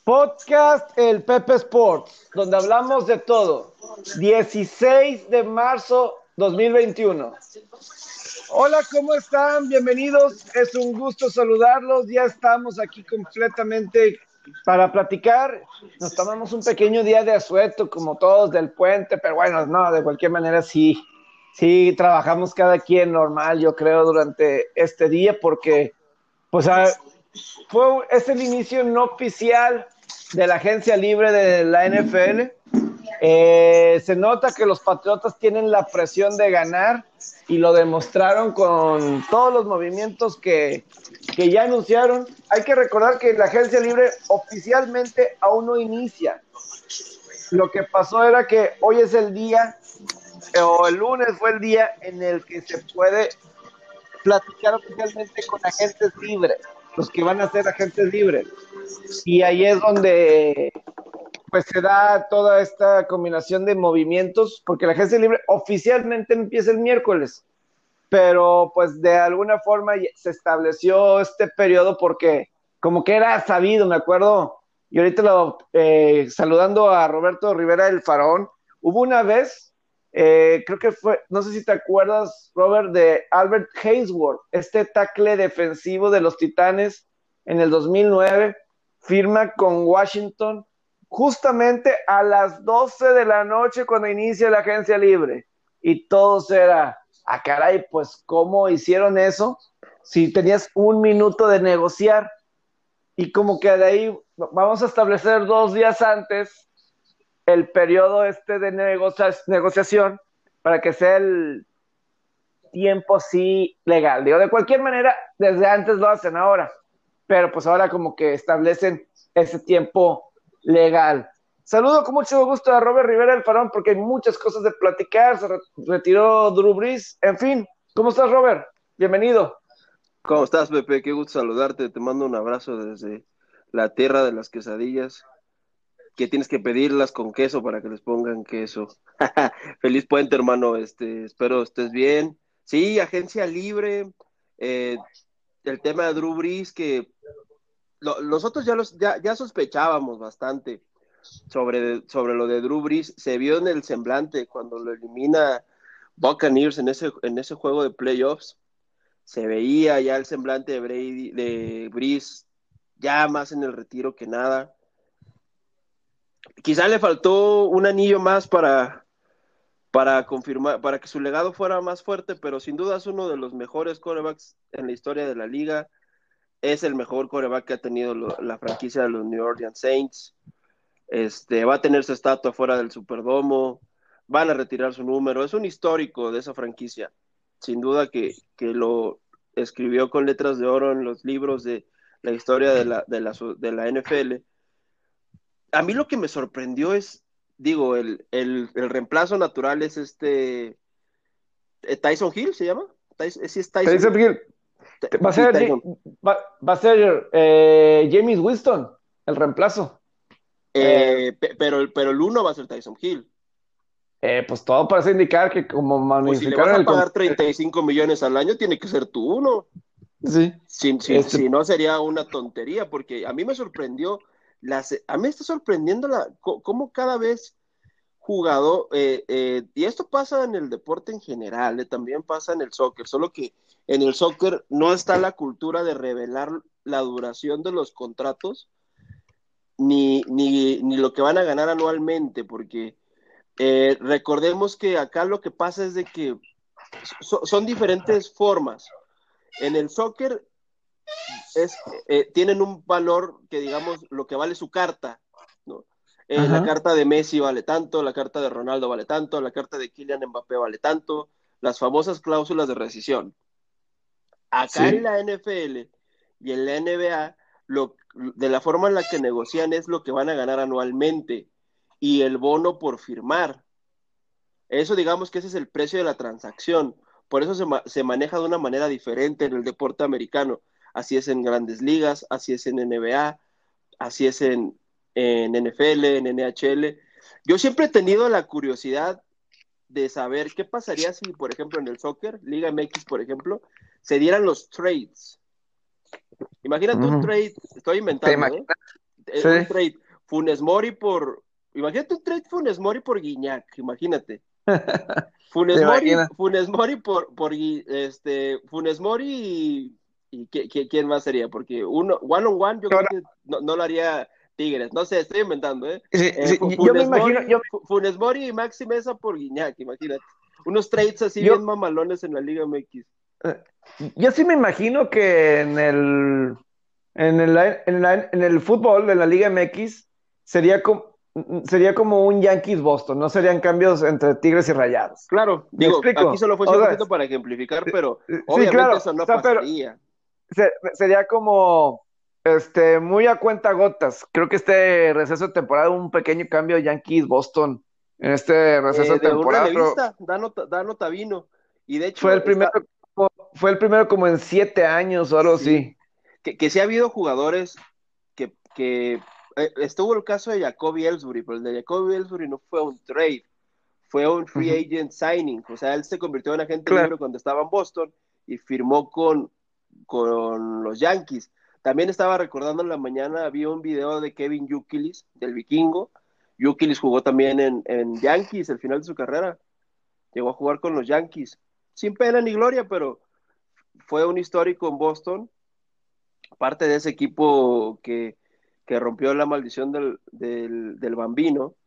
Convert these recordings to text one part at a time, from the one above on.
Podcast El Pepe Sports, donde hablamos de todo. 16 de marzo 2021. Hola, ¿cómo están? Bienvenidos. Es un gusto saludarlos. Ya estamos aquí completamente para platicar. Nos tomamos un pequeño día de asueto, como todos del puente, pero bueno, no, de cualquier manera sí trabajamos cada quien normal, yo creo, durante este día, porque pues es el inicio no oficial de la agencia libre de la NFL. Se nota que los Patriotas tienen la presión de ganar y lo demostraron con todos los movimientos que ya anunciaron. Hay que recordar que la agencia libre oficialmente aún no inicia. Lo que pasó era que hoy es el día, o el lunes fue el día en el que se puede platicar oficialmente con agentes libres, los que van a ser agentes libres. Y ahí es donde pues se da toda esta combinación de movimientos, porque la agencia libre oficialmente empieza el miércoles, pero pues de alguna forma se estableció este periodo porque como que era sabido, me acuerdo, y ahorita saludando a Roberto Rivera del Faraón, hubo una vez, creo que fue, no sé si te acuerdas, Robert, de Albert Haysworth, este tackle defensivo de los Titanes en el 2009, firma con Washington justamente a las 12 de la noche cuando inicia la agencia libre, y todo era caray, pues, ¿cómo hicieron eso? Si tenías un minuto de negociar y como que de ahí vamos a establecer 2 días antes el periodo este de negociación para que sea el tiempo sí legal. Digo, de cualquier manera, desde antes lo hacen ahora, pero pues ahora como que establecen ese tiempo legal. Saludo con mucho gusto a Robert Rivera del Farón porque hay muchas cosas de platicar, se retiró Drew Brees, en fin. ¿Cómo estás, Robert? Bienvenido. ¿Cómo estás, Pepe? Qué gusto saludarte. Te mando un abrazo desde la tierra de las quesadillas, que tienes que pedirlas con queso para que les pongan queso. Feliz puente, hermano. Espero estés bien. Sí, agencia libre. eh, el tema de Drew Brees, que nosotros ya sospechábamos bastante sobre lo de Drew Brees. Se vio en el semblante cuando lo elimina Buccaneers en ese juego de playoffs. Se veía ya el semblante de Brees, ya más en el retiro que nada. Quizá le faltó un anillo más para confirmar, para que su legado fuera más fuerte, pero sin duda es uno de los mejores quarterbacks en la historia de la liga. Es el mejor quarterback que ha tenido la franquicia de los New Orleans Saints. Va a tener su estatua fuera del Superdomo, van a retirar su número. Es un histórico de esa franquicia. Sin duda que lo escribió con letras de oro en los libros de la historia de la NFL. A mí lo que me sorprendió es, digo, el reemplazo natural es Tyson Hill, ¿se llama? ¿Sí es Te Tyson? dice Miguel, va a Sí, ser, Tyson. va a ser James Winston, el reemplazo. Eh, Pero el uno va a ser Tyson Hill. pues todo parece indicar que como Pues si le vas magnificaron a el pagar contrato, 35 millones al año, tiene que ser tú uno. sí, Si no, sería una tontería, porque a mí me sorprendió, a mí me está sorprendiendo cómo cada vez jugador, y esto pasa en el deporte en general, también pasa en el soccer, solo que en el soccer no está la cultura de revelar la duración de los contratos, ni lo que van a ganar anualmente, porque recordemos que acá lo que pasa es de que son diferentes formas. En el soccer tienen un valor que, digamos, lo que vale su carta, ¿no? La ajá, carta de Messi vale tanto, la carta de Ronaldo vale tanto, la carta de Kylian Mbappé vale tanto, las famosas cláusulas de rescisión. Acá en sí. la NFL y en la NBA, de la forma en la que negocian es lo que van a ganar anualmente y el bono por firmar. Eso digamos que ese es el precio de la transacción. Por eso se maneja de una manera diferente en el deporte americano. Así es en grandes ligas, así es en NBA, así es en NFL, en NHL. Yo siempre he tenido la curiosidad de saber qué pasaría si, por ejemplo, en el soccer, Liga MX, por ejemplo, se dieran los trades. Imagínate un Ujú. trade, estoy ¿Te inventando, ¿eh? imaginas? Sí. un trade Funes Mori imagínate un trade Funes Mori por Guiñac, imagínate. ¿Te imaginas? Funes Mori Funes Mori ¿quién más sería? Porque one on one yo creo Ahora, que no lo haría Tigres, no sé, estoy inventando, ¿eh? sí, sí, yo me imagino, Funes Mori y Maxi Mesa por Guiñac, imagínate. Unos trades así yo, bien mamalones en la Liga MX. eh, yo sí me imagino que en el fútbol de la Liga MX sería como un Yankees Boston, no serían cambios entre Tigres y Rayados. Claro, ¿Me digo, aquí explico? solo fue O sea, 100% para ejemplificar, pero sí, obviamente claro, eso o no sea, pero pasaría. sería como muy a cuenta gotas. Creo que este receso de temporada un pequeño cambio Yankees Boston en este receso de De un temporada, pero relevista, Dano Tavino. Y de fue hecho, el primero, fue el primero como en 7 años o algo sí, así. que sí ha habido jugadores que estuvo el caso de Jacoby Ellsbury, pero el de Jacoby Ellsbury no fue un trade, fue un free Ujú. agent signing. O sea, él se convirtió en agente Claro, libre cuando estaba en Boston y firmó con los Yankees. También estaba recordando en la mañana, había un video de Kevin Youkilis, del vikingo. Youkilis jugó también en Yankees el final de su carrera. Llegó a jugar con los Yankees. Sin pena ni gloria, pero fue un histórico en Boston. Parte de ese equipo que rompió la maldición del Bambino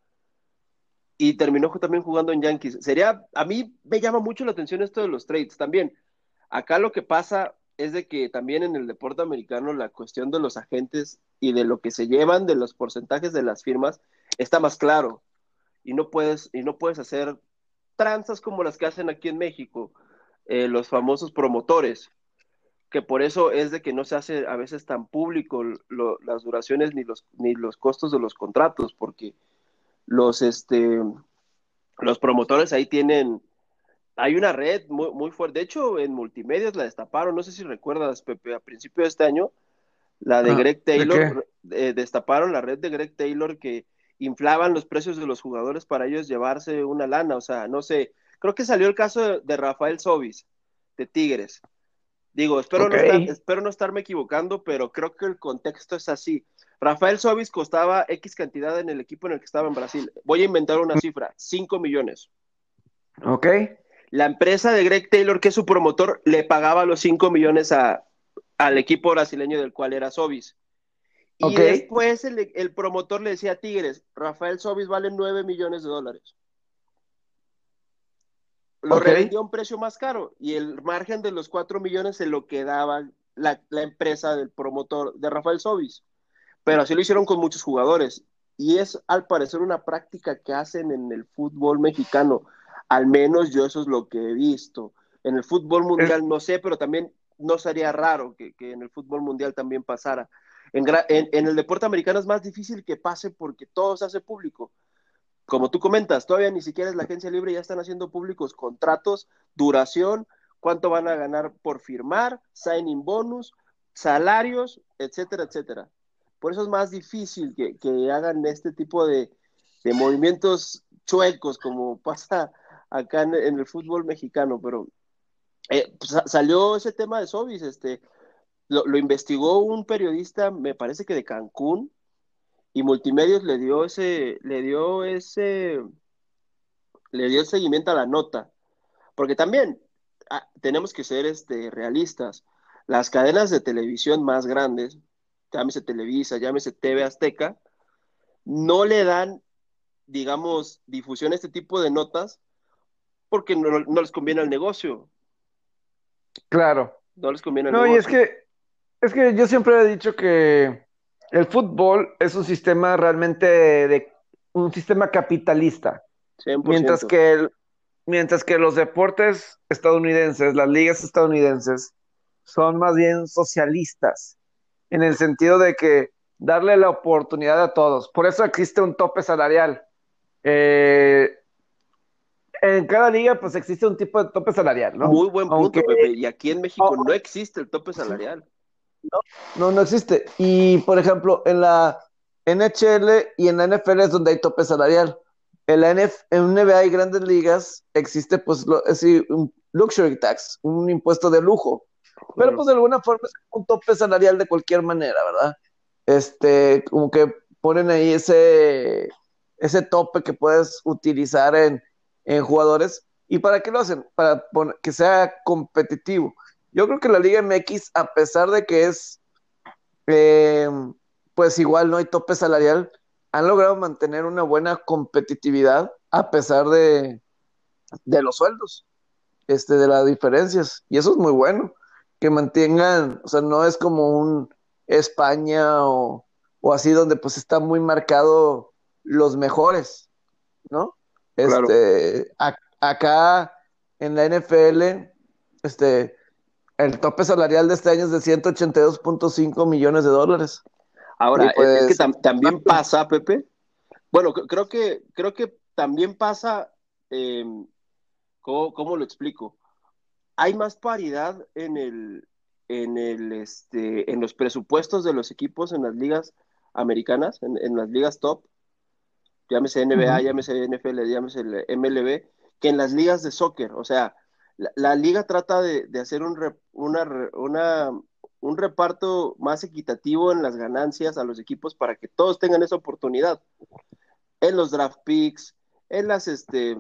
y terminó también jugando en Yankees. A mí me llama mucho la atención esto de los trades también. Acá lo que pasa es de que también en el deporte americano la cuestión de los agentes y de lo que se llevan de los porcentajes de las firmas está más claro y no puedes hacer tranzas como las que hacen aquí en México, los famosos promotores, que por eso es de que no se hace a veces tan público las duraciones ni los costos de los contratos, porque los, este, los promotores ahí hay una red muy, muy fuerte. De hecho, en multimedios la destaparon, no sé si recuerdas, Pepe, a principio de este año, la de Greg ¿de qué? Taylor, destaparon la red de Greg Taylor que inflaban los precios de los jugadores para ellos llevarse una lana. O sea, no sé, creo que salió el caso de Rafael Sobis, de Tigres. Digo, Ok, espero no estarme equivocando, pero creo que el contexto es así. Rafael Sobis costaba X cantidad en el equipo en el que estaba en Brasil. Voy a inventar una cifra, 5 millones. ok, La empresa de Greg Taylor, que es su promotor, le pagaba los 5 millones al equipo brasileño del cual era Sobis. Y ok, después el promotor le decía a Tigres, Rafael Sobis vale 9 millones de dólares. Lo ok, revendió a un precio más caro y el margen de los 4 millones se lo quedaba la empresa del promotor de Rafael Sobis. Pero así lo hicieron con muchos jugadores. Y es al parecer una práctica que hacen en el fútbol mexicano. Al menos yo eso es lo que he visto. En el fútbol es- mundial no sé, pero también no sería raro que en el fútbol mundial también pasara. En el deporte americano es más difícil que pase porque todo se hace público. Como tú comentas, todavía ni siquiera es la agencia libre, ya están haciendo públicos contratos, duración, cuánto van a ganar por firmar, signing bonus, salarios, etcétera, etcétera. Por eso es más difícil que hagan este tipo de movimientos chuecos como pasa acá en el fútbol mexicano, pero pues, salió ese tema de Sobis, lo investigó un periodista, me parece que de Cancún, y Multimedios le dio seguimiento a la nota, porque también tenemos que ser realistas. Las cadenas de televisión más grandes, llámese Televisa, llámese TV Azteca, no le dan, digamos, difusión a este tipo de notas porque no les conviene al negocio, claro. no les conviene al No, y es negocio, que, es que yo siempre he dicho que el fútbol es un sistema realmente un sistema capitalista, cien por mientras ciento. que mientras que los deportes estadounidenses, las ligas estadounidenses, son más bien socialistas, en el sentido de que darle la oportunidad a todos. Por eso existe un tope salarial. Eh, en cada liga, pues existe un tipo de tope salarial, ¿no? Muy buen Aunque punto, Pepe. Y aquí en México no existe el tope salarial. no existe. Y, por ejemplo, en la NHL y en la NFL es donde hay tope salarial. En NBA y grandes ligas existe, pues, es decir, un luxury tax, un impuesto de lujo. Pero, Claro. pues, de alguna forma es un tope salarial de cualquier manera, ¿verdad? como que ponen ahí ese tope que puedes utilizar en jugadores. ¿Y para qué lo hacen? Para que sea competitivo. Yo creo que la Liga MX, a pesar de que es, eh, pues igual no hay tope salarial, han logrado mantener una buena competitividad a pesar de los sueldos, de las diferencias. Y eso es muy bueno, que mantengan, o sea, no es como un España o así donde pues está muy marcado los mejores, ¿no? Claro. Acá en la NFL, el tope salarial de este año es de 182.5 millones de dólares. Y Ahora, es que pues, también pasa, Pepe. Bueno, creo que también pasa, eh, ¿cómo lo explico? Hay más paridad en los presupuestos de los equipos en las ligas americanas, en las ligas top, llámese NBA, ujú, llámese NFL, llámese el MLB, que en las ligas de soccer. O sea, la liga trata de hacer un reparto más equitativo en las ganancias a los equipos para que todos tengan esa oportunidad en los draft picks, en las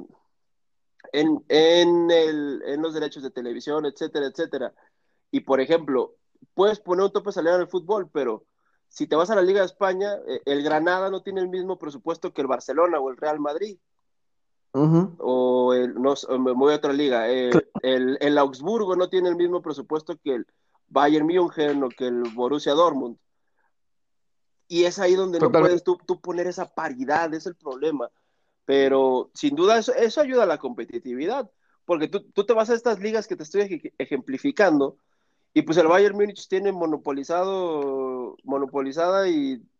en los derechos de televisión, etcétera, etcétera. Y por ejemplo, puedes poner un tope salarial en el fútbol, pero si te vas a la Liga de España, el Granada no tiene el mismo presupuesto que el Barcelona o el Real Madrid, ujú. o no, me voy a otra liga, el Augsburgo no tiene el mismo presupuesto que el Bayern München o que el Borussia Dortmund. Y es ahí donde no puedes Totalmente. tú poner esa paridad, es el problema. Pero sin duda eso ayuda a la competitividad, porque tú te vas a estas ligas que te estoy ejemplificando, y pues el Bayern Múnich tiene monopolizada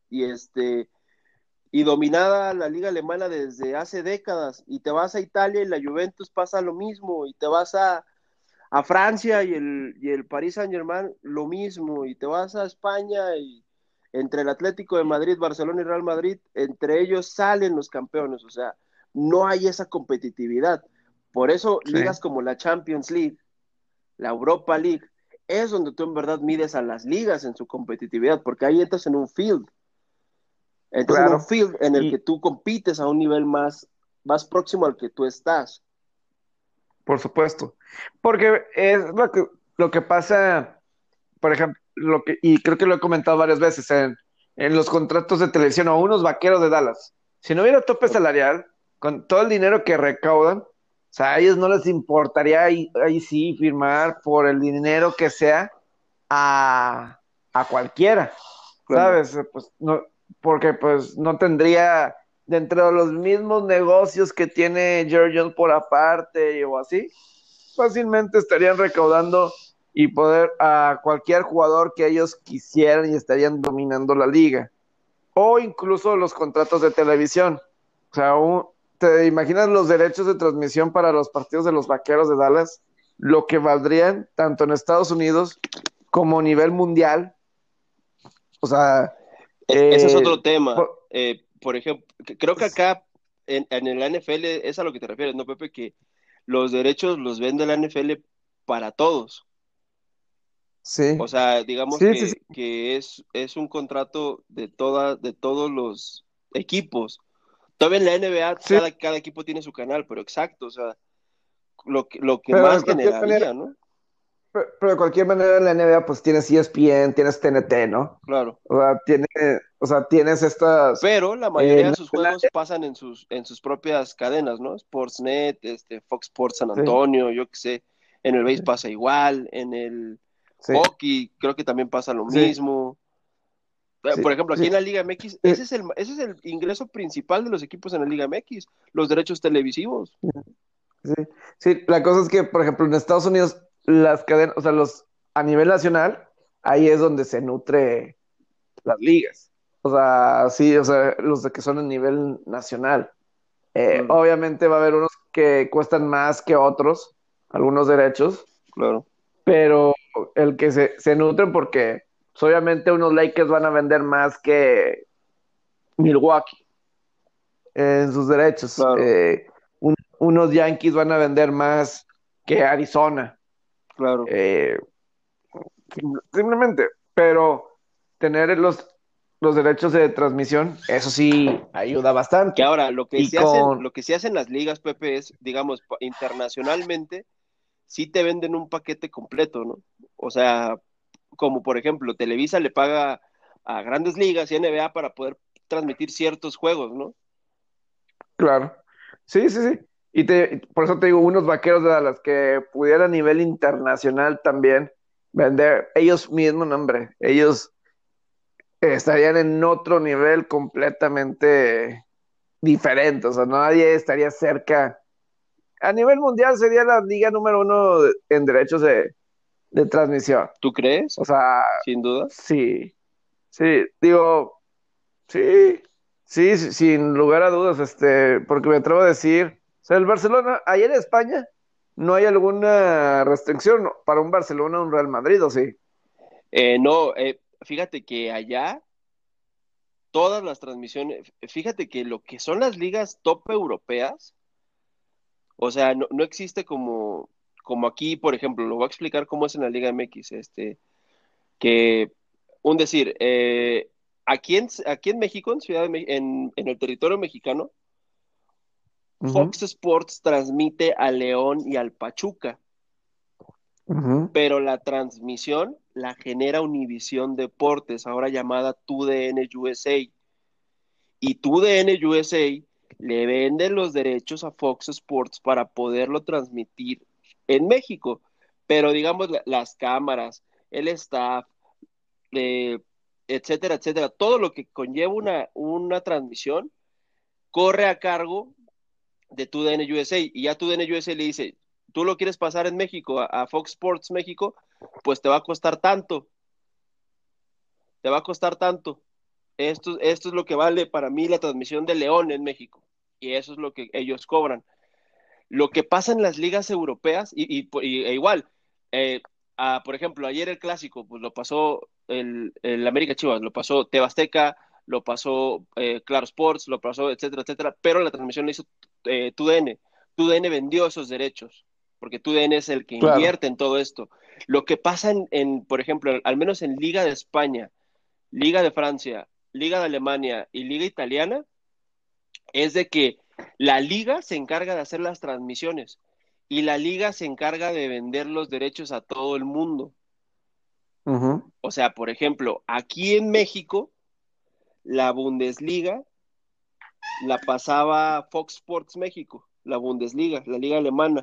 y dominada la liga alemana desde hace décadas, y te vas a Italia y la Juventus pasa lo mismo, y te vas a Francia y el Paris Saint-Germain lo mismo, y te vas a España y entre el Atlético de Madrid, Barcelona y Real Madrid, entre ellos salen los campeones, o sea, no hay esa competitividad. Por eso Sí, ligas como la Champions League, la Europa League, es donde tú en verdad mides a las ligas en su competitividad, porque ahí entras en un claro. field en el que Y tú compites a un nivel más próximo al que tú estás. por supuesto. Porque es lo que pasa, por ejemplo, y creo que lo he comentado varias veces en los contratos de televisión o unos vaqueros de Dallas. Si no hubiera tope salarial, con todo el dinero que recaudan, o sea, a ellos no les importaría ahí sí firmar por el dinero que sea a cualquiera, Claro. ¿sabes? Pues no, porque pues no tendría dentro de los mismos negocios que tiene Georgian por aparte o así, fácilmente estarían recaudando y poder a cualquier jugador que ellos quisieran y estarían dominando la liga. O incluso los contratos de televisión. O sea, ¿te imaginas los derechos de transmisión para los partidos de los Vaqueros de Dallas? Lo que valdrían tanto en Estados Unidos como a nivel mundial. O sea, Ese es otro por- tema. Por ejemplo, creo que acá en el NFL es a lo que te refieres, ¿no, Pepe? Que los derechos los vende la NFL para todos. sí, O sea, digamos sí, sí, sí. que es un contrato de todos los equipos. Todavía en la NBA Sí, cada equipo tiene su canal, pero exacto, o sea, lo que pero más de cualquier manera, generaría, ¿no? pero de cualquier manera en la NBA pues tienes ESPN, tienes TNT, ¿no? Claro. O sea, tienes estas Pero la mayoría de sus juegos nacionales, pasan en sus propias cadenas, ¿no? Sportsnet, Fox Sports San sí, Antonio, yo qué sé. En el base sí, pasa igual, en el sí, hockey creo que también pasa lo sí, mismo. sí, Por ejemplo, aquí en sí, la Liga MX, sí, ese es el ingreso principal de los equipos en la Liga MX, los derechos televisivos. sí, sí. La cosa es que, por ejemplo, en Estados Unidos, las cadenas, o sea, a nivel nacional, ahí es donde se nutre las ligas. O sea, sí, o sea, los de que son a nivel nacional. Mm, Obviamente va a haber unos que cuestan más que otros, algunos derechos, claro, pero el que se nutren porque pues, obviamente unos Lakers van a vender más que Milwaukee en sus derechos. claro, Unos Yankees van a vender más que Arizona. claro. Eh, simplemente, pero tener los derechos de transmisión, eso sí ayuda Que bastante. ahora, Y con, lo que se hacen las ligas, Pepe, es, digamos, internacionalmente, sí te venden un paquete completo, ¿no? O sea, como por ejemplo, Televisa le paga a Grandes Ligas y NBA para poder transmitir ciertos juegos, ¿no? claro, sí, sí, sí. Por eso te digo, unos vaqueros de Dallas que pudieran a nivel internacional también vender ellos mismos, no, hombre, ellos estarían en otro nivel completamente diferente, o sea, nadie estaría cerca. A nivel mundial sería la liga número uno en derechos de transmisión. ¿Tú crees? O sea, Sin duda. sí, sí, digo, sí, sí, sí, sin lugar a dudas, porque me atrevo a decir, o sea, el Barcelona, ayer en España, no hay alguna restricción para un Barcelona o un Real Madrid, ¿o sí? No, fíjate que allá todas las transmisiones, fíjate que lo que son las ligas top europeas, o sea, no existe como aquí, por ejemplo, lo voy a explicar cómo es en la Liga MX, que un decir, aquí en México, en en el territorio mexicano, Ujú, Fox Sports transmite al León y al Pachuca, ujú, pero la transmisión la genera Univisión Deportes, ahora llamada TUDN USA. Y TUDN USA le vende los derechos a Fox Sports para poderlo transmitir en México. Pero digamos, las cámaras, el staff, eh, etcétera, etcétera, todo lo que conlleva una transmisión corre a cargo de TUDN USA. Y ya TUDN USA le dice, tú lo quieres pasar en México, a Fox Sports México, pues te va a costar tanto, te va a costar tanto. Esto es lo que vale para mí la transmisión de León en México. Y eso es lo que ellos cobran. Lo que pasa en las ligas europeas, e igual, eh, por ejemplo, ayer el clásico, pues lo pasó el América Chivas, lo pasó Tebasteca, lo pasó Claro Sports, lo pasó, etcétera, etcétera, pero la transmisión la hizo TUDN. TUDN vendió esos derechos, porque TUDN es el que claro. invierte en todo esto. Lo que pasa por ejemplo, al menos en Liga de España, Liga de Francia, Liga de Alemania y Liga Italiana, es de que la liga se encarga de hacer las transmisiones y la liga se encarga de vender los derechos a todo el mundo. Ujú, O sea, por ejemplo, aquí en México, la Bundesliga la pasaba Fox Sports México, la Bundesliga, la liga alemana.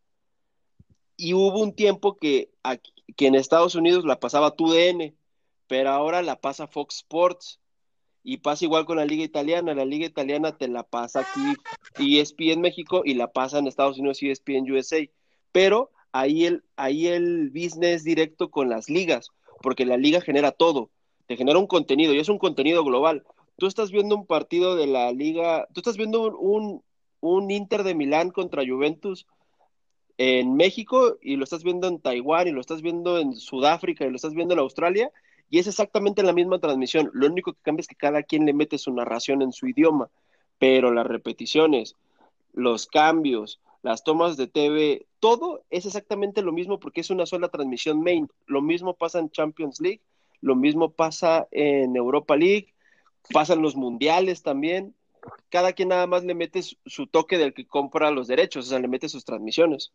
Y hubo un tiempo que en Estados Unidos la pasaba TUDN, pero ahora la pasa Fox Sports. Y pasa igual con la liga italiana te la pasa aquí ESPN México y la pasa en Estados Unidos ESPN USA, pero ahí el business directo con las ligas, porque la liga genera todo, te genera un contenido y es un contenido global. Tú estás viendo un partido de la liga, tú estás viendo un Inter de Milán contra Juventus en México y lo estás viendo en Taiwán y lo estás viendo en Sudáfrica y lo estás viendo en Australia y es exactamente la misma transmisión. Lo único que cambia es que cada quien le mete su narración en su idioma, pero las repeticiones, los cambios, las tomas de TV, todo es exactamente lo mismo porque es una sola transmisión main. Lo mismo pasa en Champions League, lo mismo pasa en Europa League, pasan los mundiales también. Cada quien nada más le mete su toque del que compra los derechos, o sea, le mete sus transmisiones.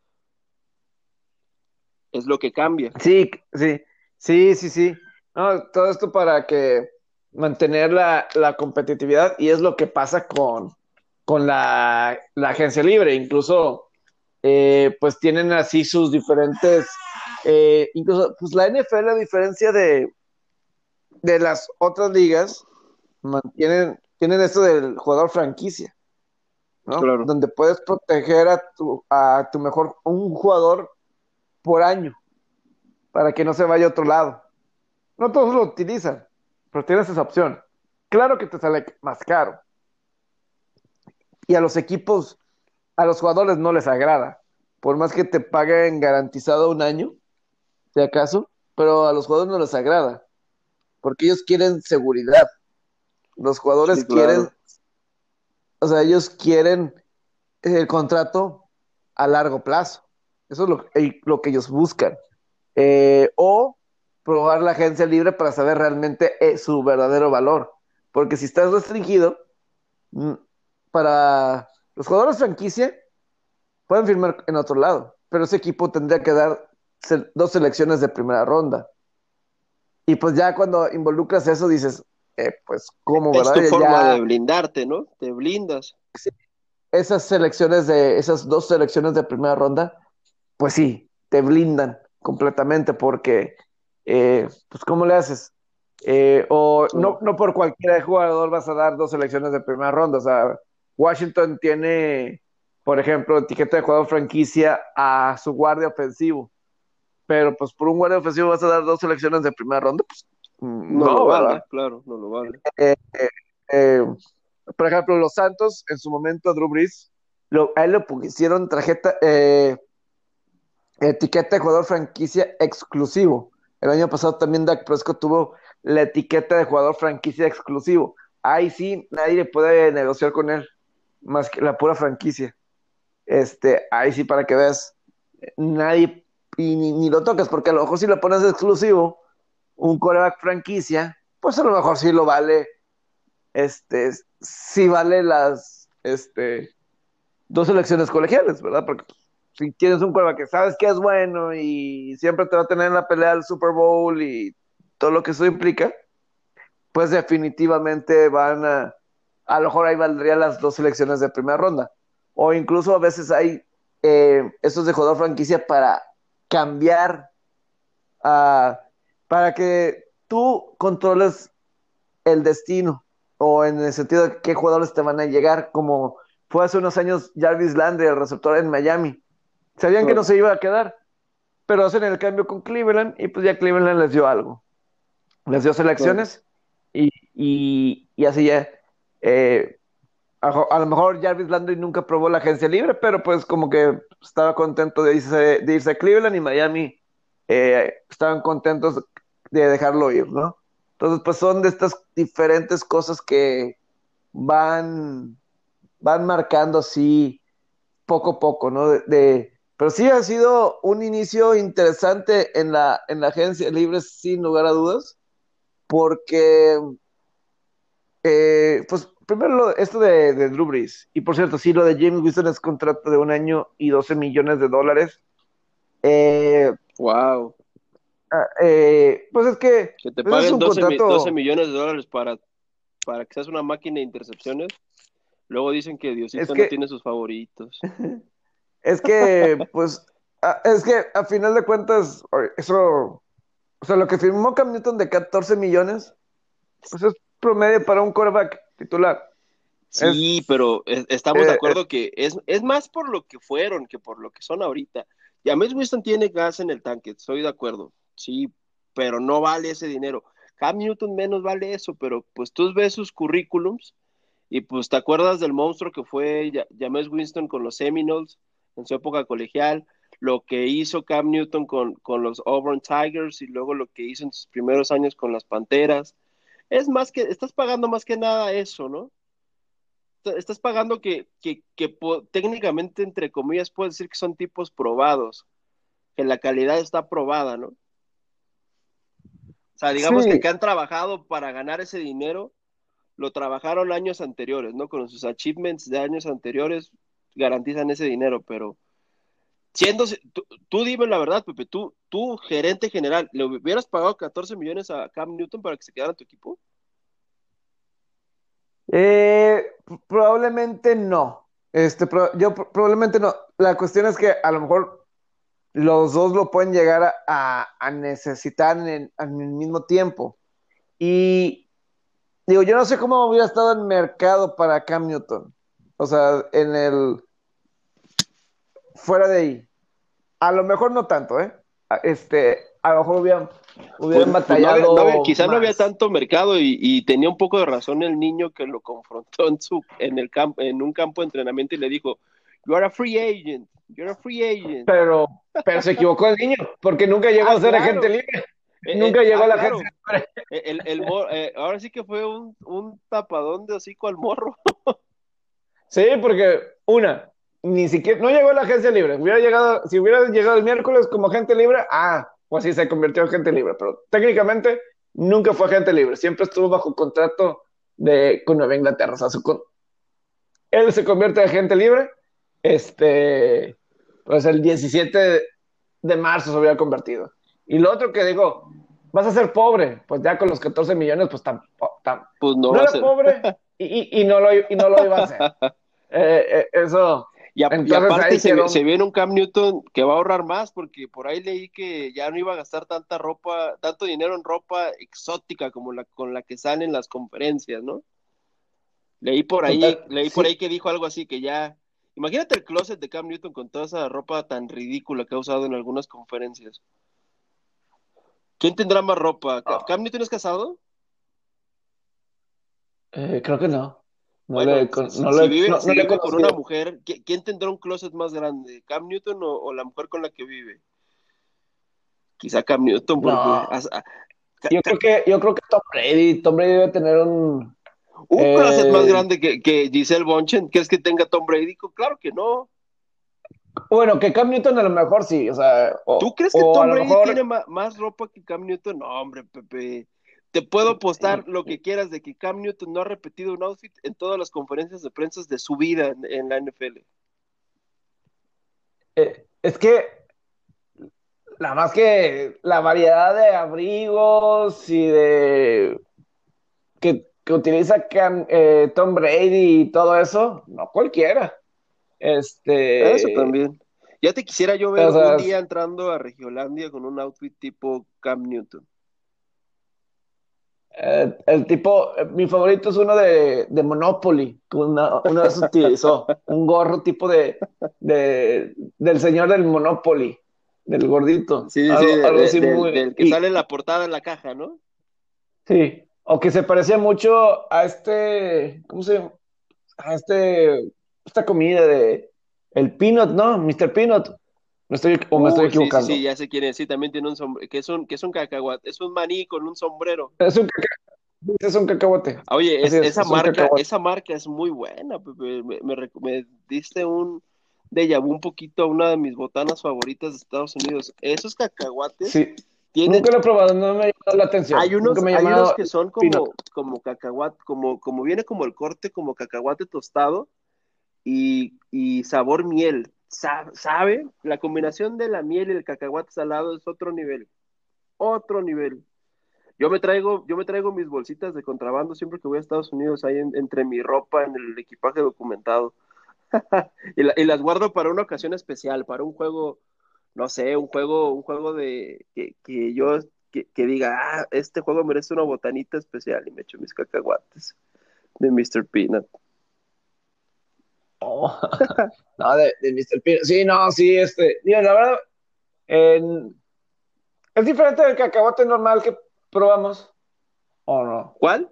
Es lo que cambia. sí, sí, sí, sí, sí. No, todo esto para que mantener la competitividad y es lo que pasa con la agencia libre. Incluso, pues tienen así sus diferentes, incluso, pues la NFL, a diferencia de las otras ligas, tienen esto del jugador franquicia, ¿no? Claro. Donde puedes proteger a tu mejor, un jugador por año para que no se vaya a otro lado. No todos lo utilizan, pero tienes esa opción. Claro que te sale más caro. Y a los equipos, a los jugadores no les agrada. Por más que te paguen garantizado un año, si acaso, pero a los jugadores no les agrada. Porque ellos quieren seguridad. Los jugadores Sí, quieren, claro. o sea, ellos quieren el contrato a largo plazo. Eso es lo que ellos buscan. O probar la agencia libre para saber realmente su verdadero valor. Porque si estás restringido, mm, para los jugadores franquicia, pueden firmar en otro lado, pero ese equipo tendría que dar dos selecciones de primera ronda. Y pues ya cuando involucras eso dices, pues cómo, Es ¿verdad? tu forma Ya de blindarte, ¿no? Te blindas. esas dos selecciones de primera ronda, pues sí, te blindan completamente porque, pues ¿cómo le haces? O Sí. no por cualquier jugador vas a dar dos selecciones de primera ronda. O sea, Washington tiene, por ejemplo, etiqueta de jugador franquicia a su guardia ofensivo, pero pues por un guardia ofensivo vas a dar dos selecciones de primera ronda, pues No lo no, ¿verdad? vale, claro, no lo vale. Eh, eh, eh, por ejemplo, los Santos, en su momento, Drew Brees, a él le pusieron etiqueta de jugador franquicia exclusivo. El año pasado también Dak Prescott tuvo la etiqueta de jugador franquicia exclusivo. Ahí sí, nadie puede negociar con él, más que la pura franquicia. Ahí sí, para que veas, nadie, y ni lo tocas, porque a lo mejor si lo pones exclusivo, un quarterback franquicia, pues a lo mejor sí lo vale, sí vale dos selecciones colegiales, ¿verdad? Porque si tienes un quarterback que sabes que es bueno y siempre te va a tener en la pelea del Super Bowl y todo lo que eso implica, pues definitivamente a lo mejor ahí valdría las dos selecciones de primera ronda. O incluso a veces hay estos de jugador franquicia para cambiar, uh, para que tú controles el destino o en el sentido de qué jugadores te van a llegar, como fue hace unos años Jarvis Landry, el receptor en Miami. Sabían que no Claro, se iba a quedar, pero hacen el cambio con Cleveland y pues ya Cleveland les dio algo. Les dio claro. selecciones y así ya. Eh, a lo mejor Jarvis Landry nunca probó la agencia libre, pero pues como que estaba contento de irse a Cleveland y Miami estaban contentos de dejarlo ir, ¿no? Entonces, pues son de estas diferentes cosas que van, van marcando así poco a poco, ¿no? Pero sí ha sido un inicio interesante en la agencia libre, sin lugar a dudas, porque pues primero esto de Drew Brees. Y por cierto, sí, lo de James Winston es contrato de 1 año y $12 millones. Eh, Wow. pues es que Que te pues es paguen un 12 contrato. millones de dólares para que seas una máquina de intercepciones. Luego dicen que Es Diosito no que, tiene sus favoritos. pues, es que a final de cuentas, eso, o sea, lo que firmó Cam Newton de 14 millones, pues es promedio para un quarterback titular. Sí, Es, pero estamos de eh, acuerdo que es más por lo que fueron que por lo que son ahorita. James Winston tiene gas en el tanque, estoy de acuerdo. Sí, pero no vale ese dinero. Cam Newton menos vale eso, pero pues tú ves sus currículums y pues te acuerdas del monstruo que fue James Winston con los Seminoles en su época colegial, lo que hizo Cam Newton con los Auburn Tigers y luego lo que hizo en sus primeros años con las Panteras. Es más que, estás pagando más que nada eso, ¿no? Estás pagando técnicamente, entre comillas, puedes decir que son tipos probados, que la calidad está probada, ¿no? O sea, digamos sí, que han trabajado para ganar ese dinero, lo trabajaron años anteriores, ¿no? Con sus achievements de años anteriores garantizan ese dinero, pero siendo, tú dime la verdad, Pepe, tú, gerente general, ¿le hubieras pagado 14 millones a Cam Newton para que se quedara en tu equipo? Eh, probablemente no. Probablemente no. La cuestión es que a lo mejor los dos lo pueden llegar a necesitar en el mismo tiempo. Y digo, yo no sé cómo hubiera estado el mercado para Cam Newton. O sea, fuera de ahí. A lo mejor no tanto, ¿eh? A lo mejor Pues, hubieran pues batallado quizá no había más. tanto mercado y tenía un poco de razón el niño que lo confrontó en un campo de entrenamiento y le dijo, You are a free agent, you're a free agent. Pero se equivocó el niño, porque nunca llegó Ah, a ser agente claro, libre. Nunca llegó a la agencia claro. libre. Ahora sí que fue un tapadón de hocico al morro. Sí, porque ni siquiera, no llegó a la agencia libre. Si hubiera llegado el miércoles como agente libre, pues sí se convirtió en agente libre, pero técnicamente nunca fue agente libre, siempre estuvo bajo contrato con Nueva Inglaterra. O sea, él se convierte en agente libre, pues el 17 de marzo se había convertido. Y lo otro que digo, vas a ser pobre, pues ya con los 14 millones, pues Pues no no va a era ser. pobre y no lo iba a hacer. Eso, Y entonces aparte ahí se quedó. viene un Cam Newton que va a ahorrar más porque por ahí leí que ya no iba a gastar tanta ropa, tanto dinero en ropa exótica como la con la que salen las conferencias, ¿no? Leí por Sí, ahí que dijo algo así que ya, imagínate el closet de Cam Newton con toda esa ropa tan ridícula que ha usado en algunas conferencias. ¿Quién tendrá más ropa? oh, ¿Cam Newton es casado? creo que no. No Bueno, le, no le, si no le he vive con una conocido. mujer, ¿quién tendrá un closet más grande? ¿Cam Newton o la mujer con la que vive? Quizá Cam Newton, porque No, yo creo que Tom Brady debe tener un closet más eh, grande que Giselle Bonchen. ¿Crees que tenga Tom Brady? Claro que no. bueno, que Cam Newton a lo mejor sí, o sea, ¿Tú crees que o a Tom lo Brady tiene mejor, más ropa que Cam Newton? No, hombre, Pepe. Te puedo apostar lo que quieras de que Cam Newton no ha repetido un outfit en todas las conferencias de prensa de su vida en la NFL. es que la más que la variedad de abrigos y que utiliza Tom Brady y todo eso, no cualquiera. Eso Este, también. Ya te quisiera yo ver o un sea, día entrando a Regiolandia con un outfit tipo Cam Newton. el tipo, mi favorito es uno de Monopoly, que una vez utilizó un gorro tipo del señor del Monopoly, del gordito, Sí, sí, algo así del que sale en la portada en la caja, ¿no? sí, o que se parecía mucho a ¿cómo se llama? A esta comida el Peanut, ¿no? Mr. Peanut. Me estoy Sí, sí, sí, equivocando. ya sé quién es. Sí, también tiene un sombrero, que es un cacahuate, es un maní con un sombrero. Es un cacahuate. Oye, Así es un cacahuate. esa marca es muy buena, Pepe. Me diste un déjà vu un poquito a una de mis botanas favoritas de Estados Unidos. Esos cacahuates Sí, tienen, nunca lo he probado, no me ha llamado la atención. Nunca me ha hay unos llamado que son Peanut. como cacahuate, como viene como el corte, como cacahuate tostado y sabor miel. ¿Sabe? La combinación de la miel y el cacahuate salado es otro nivel, otro nivel. Yo me traigo mis bolsitas de contrabando siempre que voy a Estados Unidos, ahí entre mi ropa, en el equipaje documentado. Y las guardo para una ocasión especial, para un juego, no sé, un juego de que yo que diga, este juego merece una botanita especial y me echo mis cacahuates de Mr. Peanut. Oh, no, de Mr. Peanut. Sí, no, sí, digo, la verdad, en- es diferente del cacahuate normal que probamos, ¿o no? ¿Cuál?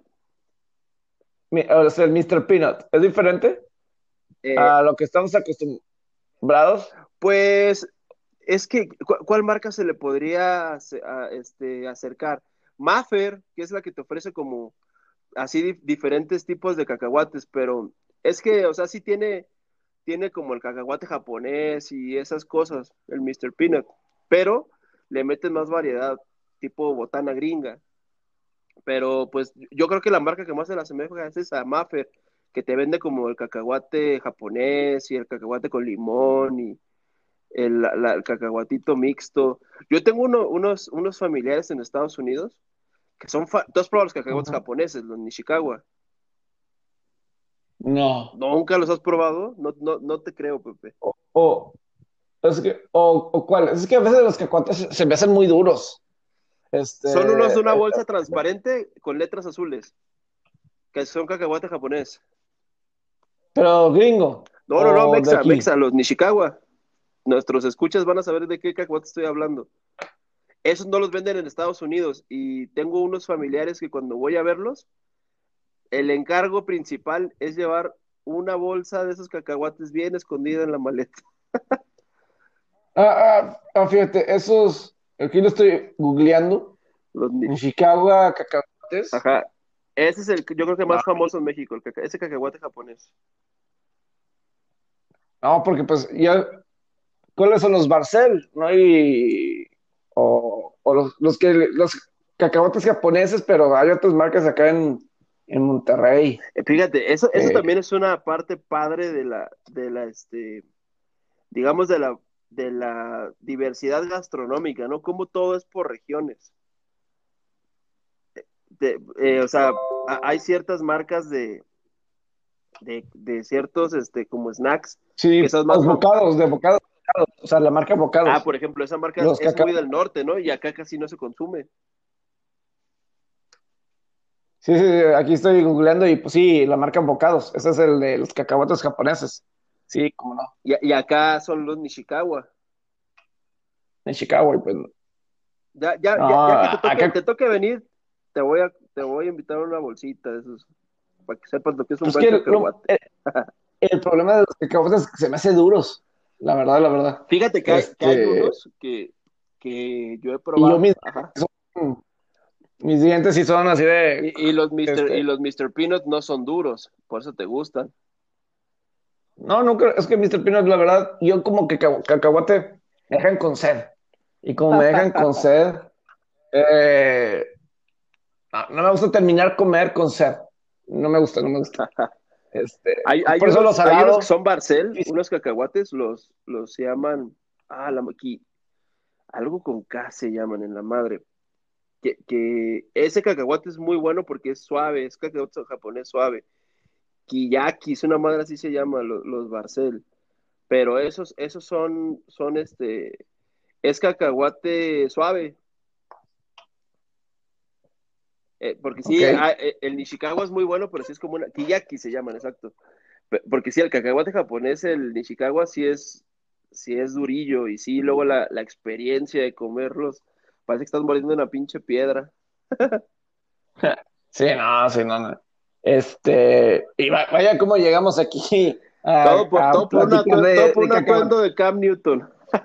O sea, el Mr. Peanut, ¿es diferente Eh, a lo que estamos acostumbrados? pues es que, ¿cuál marca se le podría acercar? Maffer, que es la que te ofrece como así diferentes tipos de cacahuates, pero es que, o sea, sí tiene como el cacahuate japonés y esas cosas, el Mr. Peanut, pero le meten más variedad, tipo botana gringa. Pero pues yo creo que la marca que más se la asemeja es esa Maffer, que te vende como el cacahuate japonés y el cacahuate con limón y el cacahuatito mixto. Yo tengo unos familiares en Estados Unidos que son, ¿tú has probado los cacahuates Ujú. japoneses, los Nishikawa? No. ¿Nunca los has probado? No te creo, Pepe. O, o cuál. Es que a veces los cacahuates se me hacen muy duros. Son unos de una Eh, bolsa transparente con letras azules, que son cacahuate japonés. pero gringo No, o de aquí. Mexa, los Nishikawa. Nuestros escuchas van a saber de qué cacahuate estoy hablando. Esos no los venden en Estados Unidos y tengo unos familiares que cuando voy a verlos, el encargo principal es llevar una bolsa de esos cacahuates bien escondida en la maleta. Fíjate, aquí lo estoy googleando. Los ni- En Chicago, cacahuates. Ajá. Ese es yo creo que No, más famoso en México, ese cacahuate japonés. no, porque pues ya, ¿cuáles son los Barcel? ¿No? o los cacahuates japoneses, pero hay otras marcas acá en Monterrey. Fíjate, eso Eh, también es una parte padre digamos, de la diversidad gastronómica, ¿no? Como todo es por regiones. O sea, hay ciertas marcas de ciertos, como snacks, que sí, son más los bocados, de bocados, o sea, la marca Ah, bocados, por ejemplo, esa marca los es muy cacahuates. del norte, ¿no? Y acá casi no se consume. Sí, sí, aquí estoy googleando y pues sí, la marca bocados, ese es el de los cacahuates japoneses. Sí, cómo no, Y acá son los Nishikawa. en Chicago, y pues no, Ya que acá, te toque venir, te voy a invitar a una bolsita de esos, para que sepas lo que es un pues buen que cacahuate. el problema de los cacahuates es que se me hace duros, la verdad, la verdad. Fíjate que hay Este, unos que yo he y yo probado, ajá. mis dientes sí son así de, Y este, los Mr. Peanut no son duros, por eso te gustan. no, no creo, es que Mr. Peanut, la verdad, yo como que cacahuate me dejan con sed. Y como me dejan con sed, eh, no me gusta terminar comer con sed. No me gusta, no me gusta. Por eso lo Hay unos que salado, son Barcel, difícil. unos cacahuates, los llaman, aquí, algo con K se llaman en la madre. Que ese cacahuate es muy bueno porque es suave, es cacahuate japonés suave. Kiyaki, es una madre así se llama, los Barcel. Pero esos son es cacahuate suave. Porque Ok. sí, el Nishikawa es muy bueno, pero sí es como una, Kiyaki se llaman, exacto. Porque sí, el cacahuate japonés, el Nishikawa, sí es durillo. Y sí, luego la experiencia de comerlos, parece que estás moliendo una pinche piedra. Sí, no, sí, no, no. Y vaya cómo llegamos aquí a platicar Todo por de un cacahuate. atuendo de Cam Newton.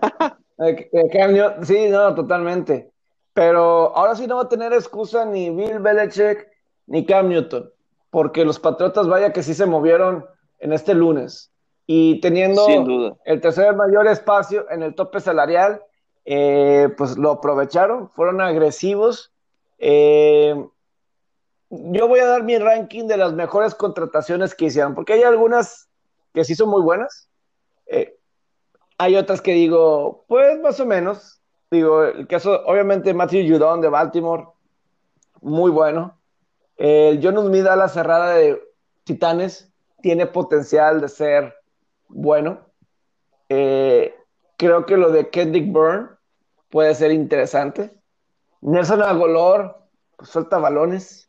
Sí, no, totalmente. Pero ahora sí no va a tener excusa ni Bill Belichick ni Cam Newton, porque los Patriotas, vaya que sí se movieron en este lunes. Y Sin teniendo duda. el tercer mayor espacio en el tope salarial, pues lo aprovecharon, fueron agresivos. Eh, yo voy a dar mi ranking de las mejores contrataciones que hicieron, porque hay algunas que sí son muy buenas. Eh, Hay otras que digo, pues más o menos. Digo, el caso, obviamente, Matthew Judon de Baltimore, muy bueno. El John Smith a la cerrada de Titanes tiene potencial de ser bueno. Eh, Creo que lo de Kendrick Byrne puede ser interesante. Nelson Agolor, pues suelta balones.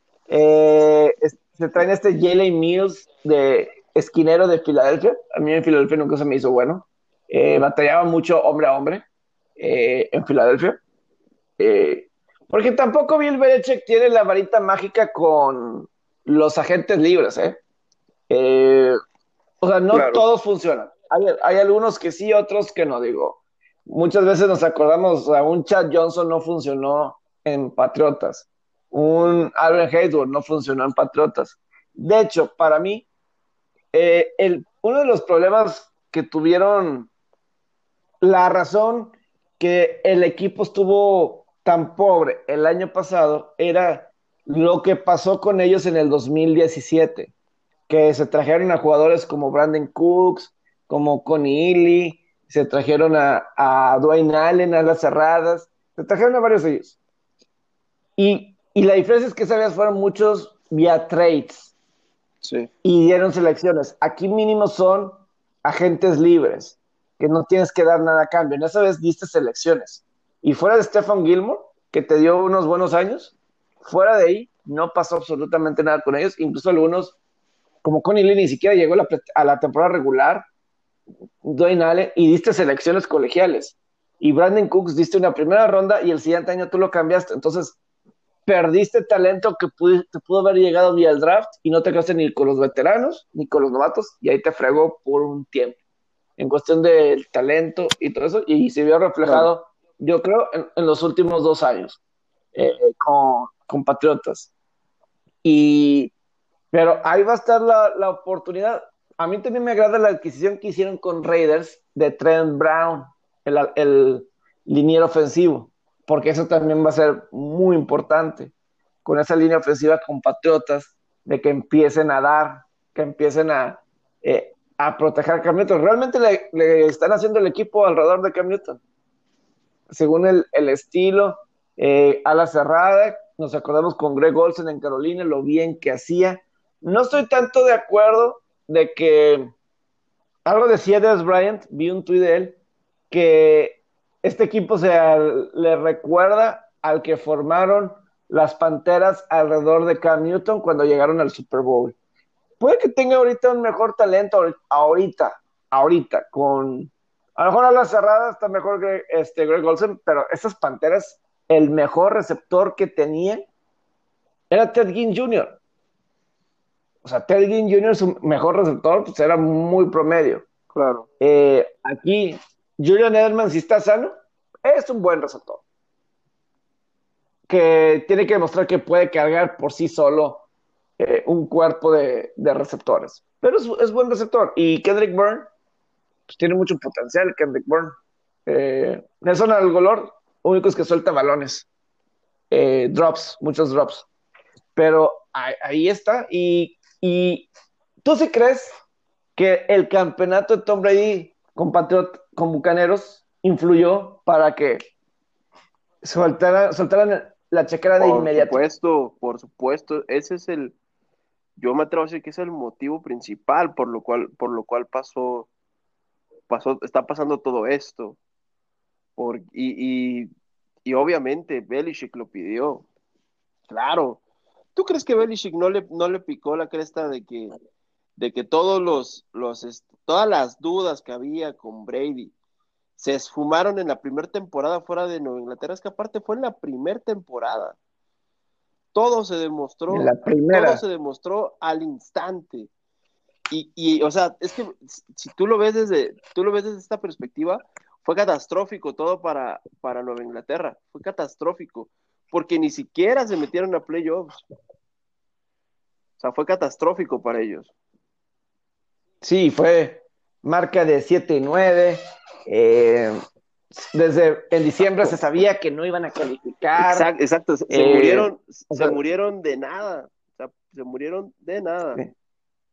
Se traen Jalen Mills de esquinero de Filadelfia. A mí en Filadelfia nunca se me hizo bueno. Batallaba mucho hombre a hombre en Filadelfia. Eh, Porque tampoco Bill Belichick tiene la varita mágica con los agentes libres. Eh, o sea, no Claro. todos funcionan. Hay algunos que sí, otros que no. Digo, muchas veces nos acordamos, o sea, un Chad Johnson no funcionó en Patriotas. Un Alvin Hayward no funcionó en Patriotas. De hecho, para mí, uno de los problemas que tuvieron, la razón que el equipo estuvo tan pobre el año pasado era lo que pasó con ellos en el 2017, que se trajeron a jugadores como Brandon Cooks, como Connie Ely, se trajeron a Dwayne Allen a las cerradas, se trajeron a varios de ellos. Y la diferencia es que esa vez fueron muchos vía trades Sí. y dieron selecciones. Aquí mínimo son agentes libres, que no tienes que dar nada a cambio. En esa vez diste selecciones. Y fuera de Stephen Gilmore, que te dio unos buenos años, fuera de ahí no pasó absolutamente nada con ellos. Incluso algunos, como Connie Lee, ni siquiera llegó a la temporada regular. Dwayne Allen, y diste selecciones colegiales. Y Brandon Cooks diste una primera ronda y el siguiente año tú lo cambiaste. Entonces, perdiste talento que te pudo haber llegado vía el draft y no te quedaste ni con los veteranos ni con los novatos y ahí te fregó por un tiempo en cuestión del talento y todo eso y se vio Claro. reflejado yo creo en los últimos 2 años con Patriotas y pero ahí va a estar la oportunidad. A mí también me agrada la adquisición que hicieron con Raiders de Trent Brown, el liniero ofensivo, porque eso también va a ser muy importante con esa línea ofensiva con Patriotas, de que empiecen a dar, que empiecen a proteger a Cam Newton. Realmente le están haciendo el equipo alrededor de Cam Newton, según el estilo, a la cerrada, nos acordamos con Greg Olsen en Carolina, lo bien que hacía. No estoy tanto de acuerdo de que, algo decía Dez Bryant, vi un tuit de él, que este equipo le recuerda al que formaron las Panteras alrededor de Cam Newton cuando llegaron al Super Bowl. Puede que tenga ahorita un mejor talento, ahorita, a lo mejor a la cerrada está mejor que Greg Olsen, pero estas Panteras, el mejor receptor que tenían era Ted Ginn Jr. O sea, Ted Ginn Jr., su mejor receptor, pues era muy promedio. Claro. Aquí, Julian Edelman, si está sano, es un buen receptor. Que tiene que demostrar que puede cargar por sí solo un cuerpo de receptores. Pero es buen receptor. Y Kendrick Bourne, pues tiene mucho potencial, Kendrick Bourne. Nelson Agholor, único es que suelta balones. Muchos drops. Pero ahí está. Y ¿tú sí crees que el campeonato de Tom Brady con Bucaneros influyó para que soltaran la chequera de inmediato? Por supuesto, ese es yo me atrevo a decir que es el motivo principal por lo cual está pasando todo esto. Y obviamente Belichick lo pidió. Claro. ¿Tú crees que Belichick no le picó la cresta de que todas las dudas que había con Brady se esfumaron en la primera temporada fuera de Nueva Inglaterra? Es que aparte fue en la primera temporada. Todo se En demostró, la todo primera. se demostró al instante. O sea, es que si tú lo ves desde esta perspectiva, fue catastrófico todo para Nueva Inglaterra. Fue catastrófico, porque ni siquiera se metieron a playoffs. O sea, fue catastrófico para ellos. Sí, fue marca de 7-9. Desde en diciembre se Exacto, sabía que no iban a calificar. exacto, exacto. Se Eh, murieron, o se sea, murieron de nada. O sea, se murieron de nada. sí.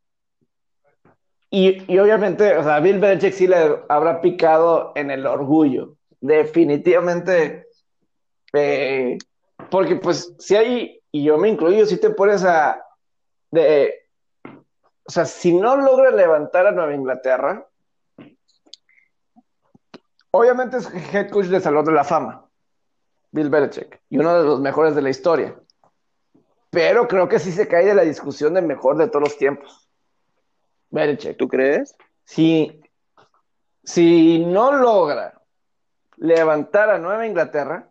Y obviamente, o sea, Bill Belichick sí le habrá picado en el orgullo. Definitivamente. eh, Porque pues si hay, y yo me incluyo, si te pones de, o sea, si no logra levantar a Nueva Inglaterra, obviamente es head coach de Salón de la Fama, Bill Belichick, y uno de los mejores de la historia. Pero creo que sí se cae de la discusión de mejor de todos los tiempos, Belichick. ¿Tú crees? Si, si no logra levantar a Nueva Inglaterra,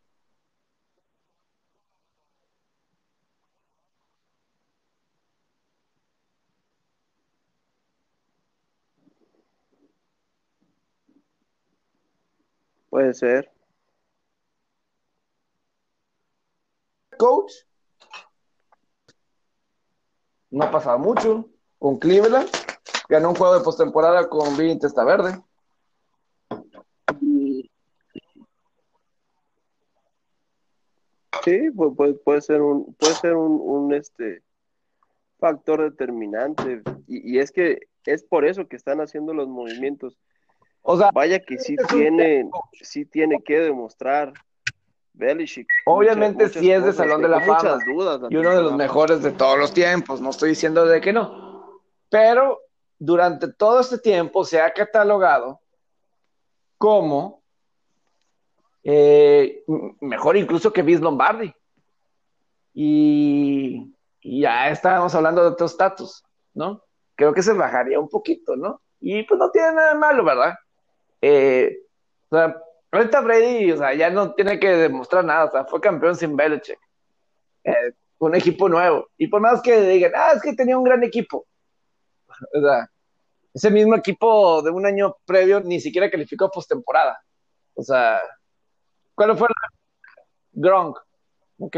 Puede ser. coach, no ha pasado mucho con Cleveland, ganó un juego de postemporada con Vinny Testaverde. Sí, puede ser un factor determinante. Y es que es por eso que están haciendo los movimientos. O sea, Vaya que sí es un tiene que demostrar Belichick muchas, obviamente muchas sí es de cosas. Salón de Dejó la muchas Fama dudas la y uno de los temporada pasada. mejores de todos los tiempos, no estoy diciendo de que no, pero durante todo este tiempo se ha catalogado como mejor incluso que Vince Lombardi y ya estábamos hablando de otros estatus, ¿no? Creo que se bajaría un poquito, ¿no? Y pues no tiene nada de malo, ¿verdad? Eh, o sea, ahorita Brady, o sea, ya no tiene que demostrar nada, o sea, fue campeón sin Belichick. Un equipo nuevo. Y por más que digan, es que tenía un gran equipo. O sea, ese mismo equipo de un año previo ni siquiera calificó postemporada. O sea, ¿cuál fue la Gronk? Ok.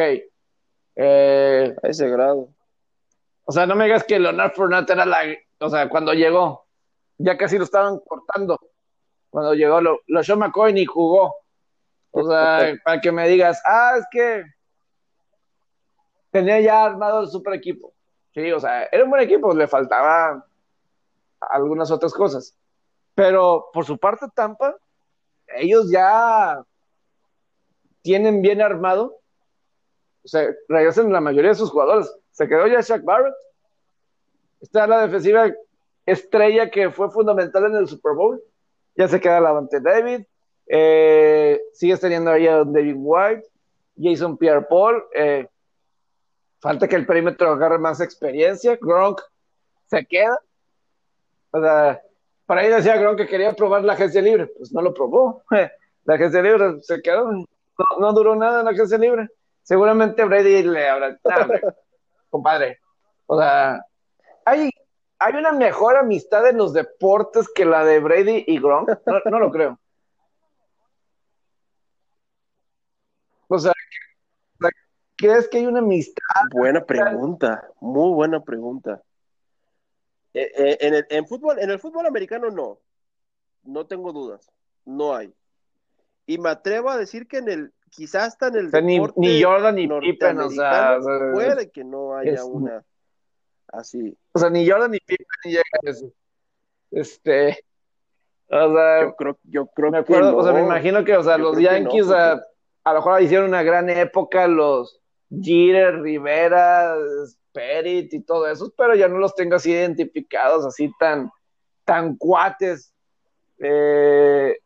A ese grado. O sea, no me digas que Leonard Fournette era o sea, cuando llegó, ya casi lo estaban cortando. Cuando llegó, lo Sean McCoy ni jugó. O sea, para que me digas, es que tenía ya armado el super equipo. Sí, o sea, era un buen equipo, le faltaba algunas otras cosas. Pero por su parte, Tampa, ellos ya tienen bien armado, o sea, regresan la mayoría de sus jugadores. Se quedó ya Shaq Barrett, está la defensiva estrella que fue fundamental en el Super Bowl, ya se queda Lavonte David, sigues teniendo ahí a David White, Jason Pierre-Paul, falta que el perímetro agarre más experiencia, Gronk se queda, o sea, para ahí decía Gronk que quería probar la agencia libre, pues no lo probó, la agencia libre se quedó, no duró nada en la agencia libre, seguramente Brady le habrá, hombre, compadre, o sea, hay, hay una mejor amistad en los deportes que la de Brady y Gronk, no lo creo, o sea, ¿crees que hay una amistad? Buena pregunta, muy buena pregunta. En el fútbol americano no tengo dudas, no hay. Y me atrevo a decir que quizás hasta en O el sea, ni deporte Jordan ni Pippen, norteamericano puede que no haya es, una así. o sea, ni Jordan ni Pippen ni llega a eso. Este, o sea, Yo me creo que acuerdo, o sea, me no, imagino que, o sea, yo los creo que no, Yankees Pepe. a lo mejor hicieron una gran época, los Jeter, Rivera, Perit y todo eso, pero ya no los tengo así identificados, así tan cuates. Eh,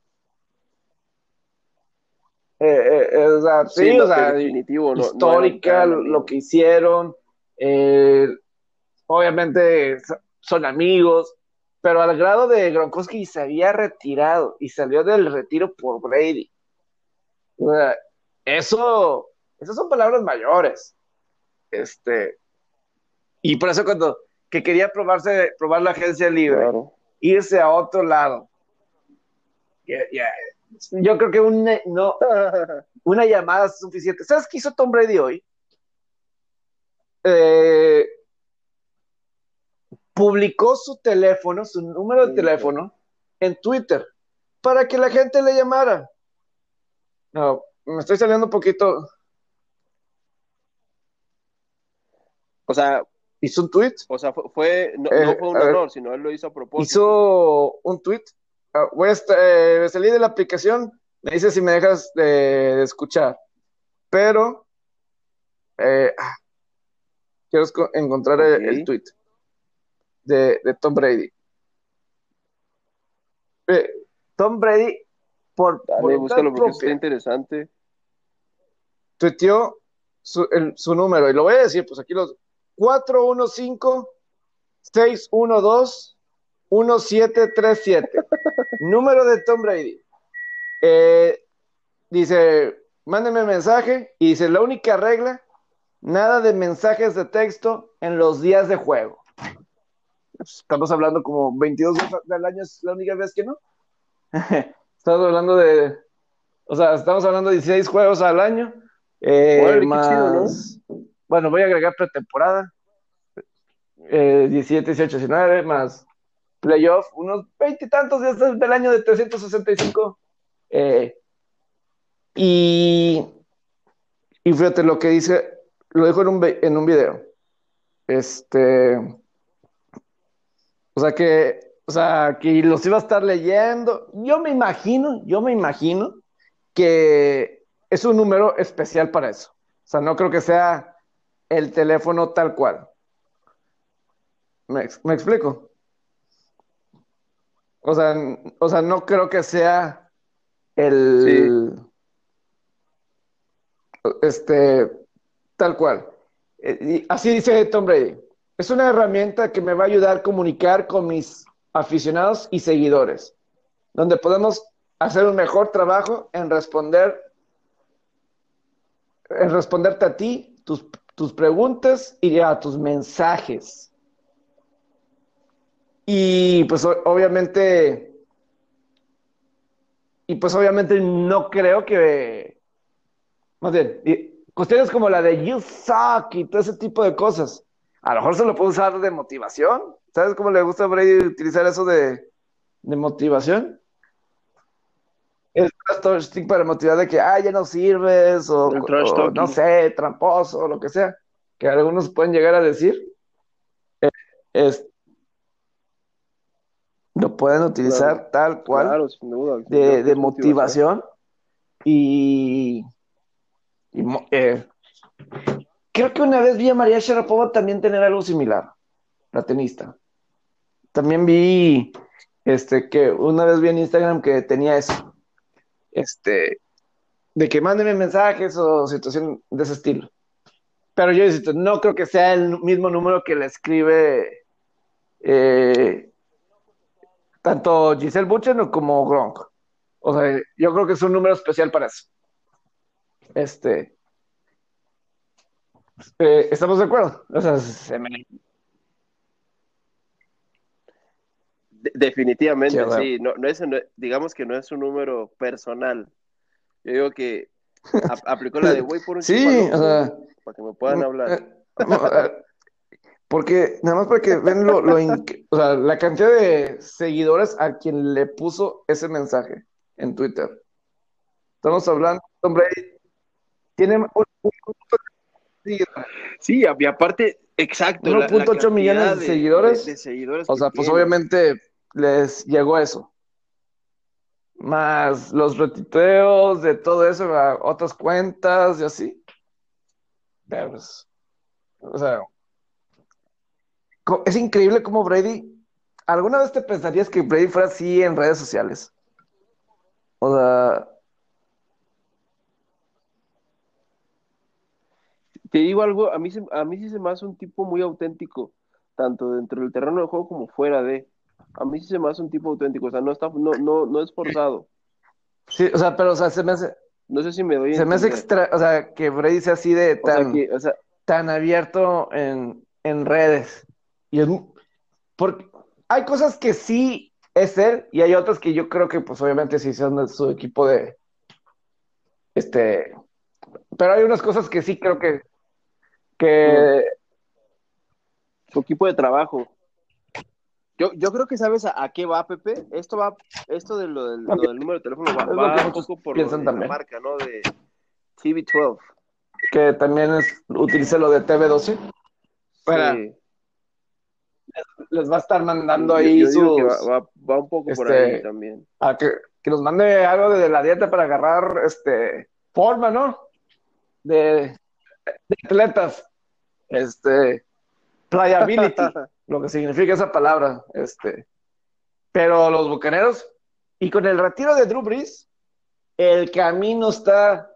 o sea, Sí, sí, o no, sea, definitivo, no eran histórica tan lo amigos. que hicieron. Eh, obviamente son amigos, pero al grado de Gronkowski se había retirado y salió del retiro por Brady. O sea, esas son palabras mayores. Este, y por eso cuando que quería probar la agencia libre, Claro. irse a otro lado. Yeah. Yo creo que no, una llamada es suficiente. ¿Sabes qué hizo Tom Brady hoy? Eh, publicó su teléfono, su número ¿Qué de hizo? teléfono en Twitter para que la gente le llamara. No, me estoy saliendo un poquito. O sea, Hizo un tweet. no fue A un ver, error, sino él lo hizo a propósito. hizo un tweet. Voy a salir de la aplicación. Me dice si me dejas de escuchar. Pero eh, quiero encontrar Ok. el tweet de Tom Brady. Eh, Tom Brady, por Dale, voluntad búscalo porque eso está propia, interesante. tuiteó su número. Y lo voy a decir, pues aquí los 415-612-1737. Número de Tom Brady. Eh, dice, mándenme mensaje y dice, la única regla, nada de mensajes de texto en los días de juego. Estamos hablando como 22 días del año, es la única vez que no. Estamos hablando o sea, estamos hablando de 16 juegos al año, Órale, qué chido, ¿no? más, bueno, voy a agregar pretemporada, 17, 18, 19, más playoff, unos 20 y tantos días del año de 365. Eh, y, y fíjate lo que dice, lo dijo en un video. Este, o sea, que los iba a estar leyendo. Yo me imagino que es un número especial para eso. O sea, no creo que sea el teléfono tal cual. ¿Me explico? O sea, no creo que sea Sí. el, este, tal cual. Y así dice Tom Brady. Es una herramienta que me va a ayudar a comunicar con mis aficionados y seguidores, donde podemos hacer un mejor trabajo en responderte a ti, tus preguntas y a tus mensajes. Y pues obviamente, no creo que, más bien, cuestiones como la de you suck y todo ese tipo de cosas, a lo mejor se lo puede usar de motivación. ¿Sabes cómo le gusta a Brady utilizar eso de motivación? es trash talking para motivar de que, ya no sirves, El trash o no talking, sé, tramposo, o lo que sea, que algunos pueden llegar a decir, es, lo pueden claro, utilizar tal cual claro, sin duda, yo creo que de es motivación. motivación y, y creo que una vez vi a María Sharapova también tener algo similar, la tenista. También vi, que una vez vi en Instagram que tenía eso, de que mándenme mensajes o situación de ese estilo. Pero yo insisto, no creo que sea el mismo número que le escribe eh, tanto Giselle Butchen como Gronk. O sea, yo creo que es un número especial para eso. Este, ¿Estamos de acuerdo? O sea, sí, o Definitivamente, sea, sí, digamos que no es un número personal. Yo digo que aplicó la de voy por un chip al sí, o Oxxo sea, para que me puedan hablar. porque nada más para que ven o sea, la cantidad de seguidores a quien le puso ese mensaje en Twitter. Estamos hablando, hombre, tiene Sí, y aparte, exacto, la 1.8 millones cantidad de de seguidores. seguidores O que sea, pues tiene. obviamente les llegó eso. Más los retuiteos de todo eso a otras cuentas y así. Pero, pues, o sea, es increíble cómo Brady. ¿Alguna vez te pensarías que Brady fuera así en redes sociales? O sea, Te digo algo, a mí sí se me hace un tipo muy auténtico, tanto dentro del terreno de juego como fuera de. A mí sí se me hace un tipo auténtico, o sea, no es forzado. sí, o sea, pero o sea, No sé si me doy a se me hace entender. extra, o sea, que Brady sea así de O sea que, o sea, tan abierto en redes. Y porque hay cosas que sí es él y hay otras que yo creo que pues obviamente sí son de su equipo este, pero hay unas cosas que sí creo mm, que su equipo de trabajo. Yo creo que sabes a qué va, Pepe. Esto de lo también del número de teléfono es lo que va un muchos poco por lo piensan de la también, marca, ¿no? De TB12. que también utilice lo de TV12 para Sí. les va a estar mandando ahí Yo digo que sus va un poco por ahí este también. a que nos mande algo de la dieta para agarrar forma, ¿no? De atletas, playability, lo que significa esa palabra, pero los Bucaneros, y con el retiro de Drew Brees, el camino está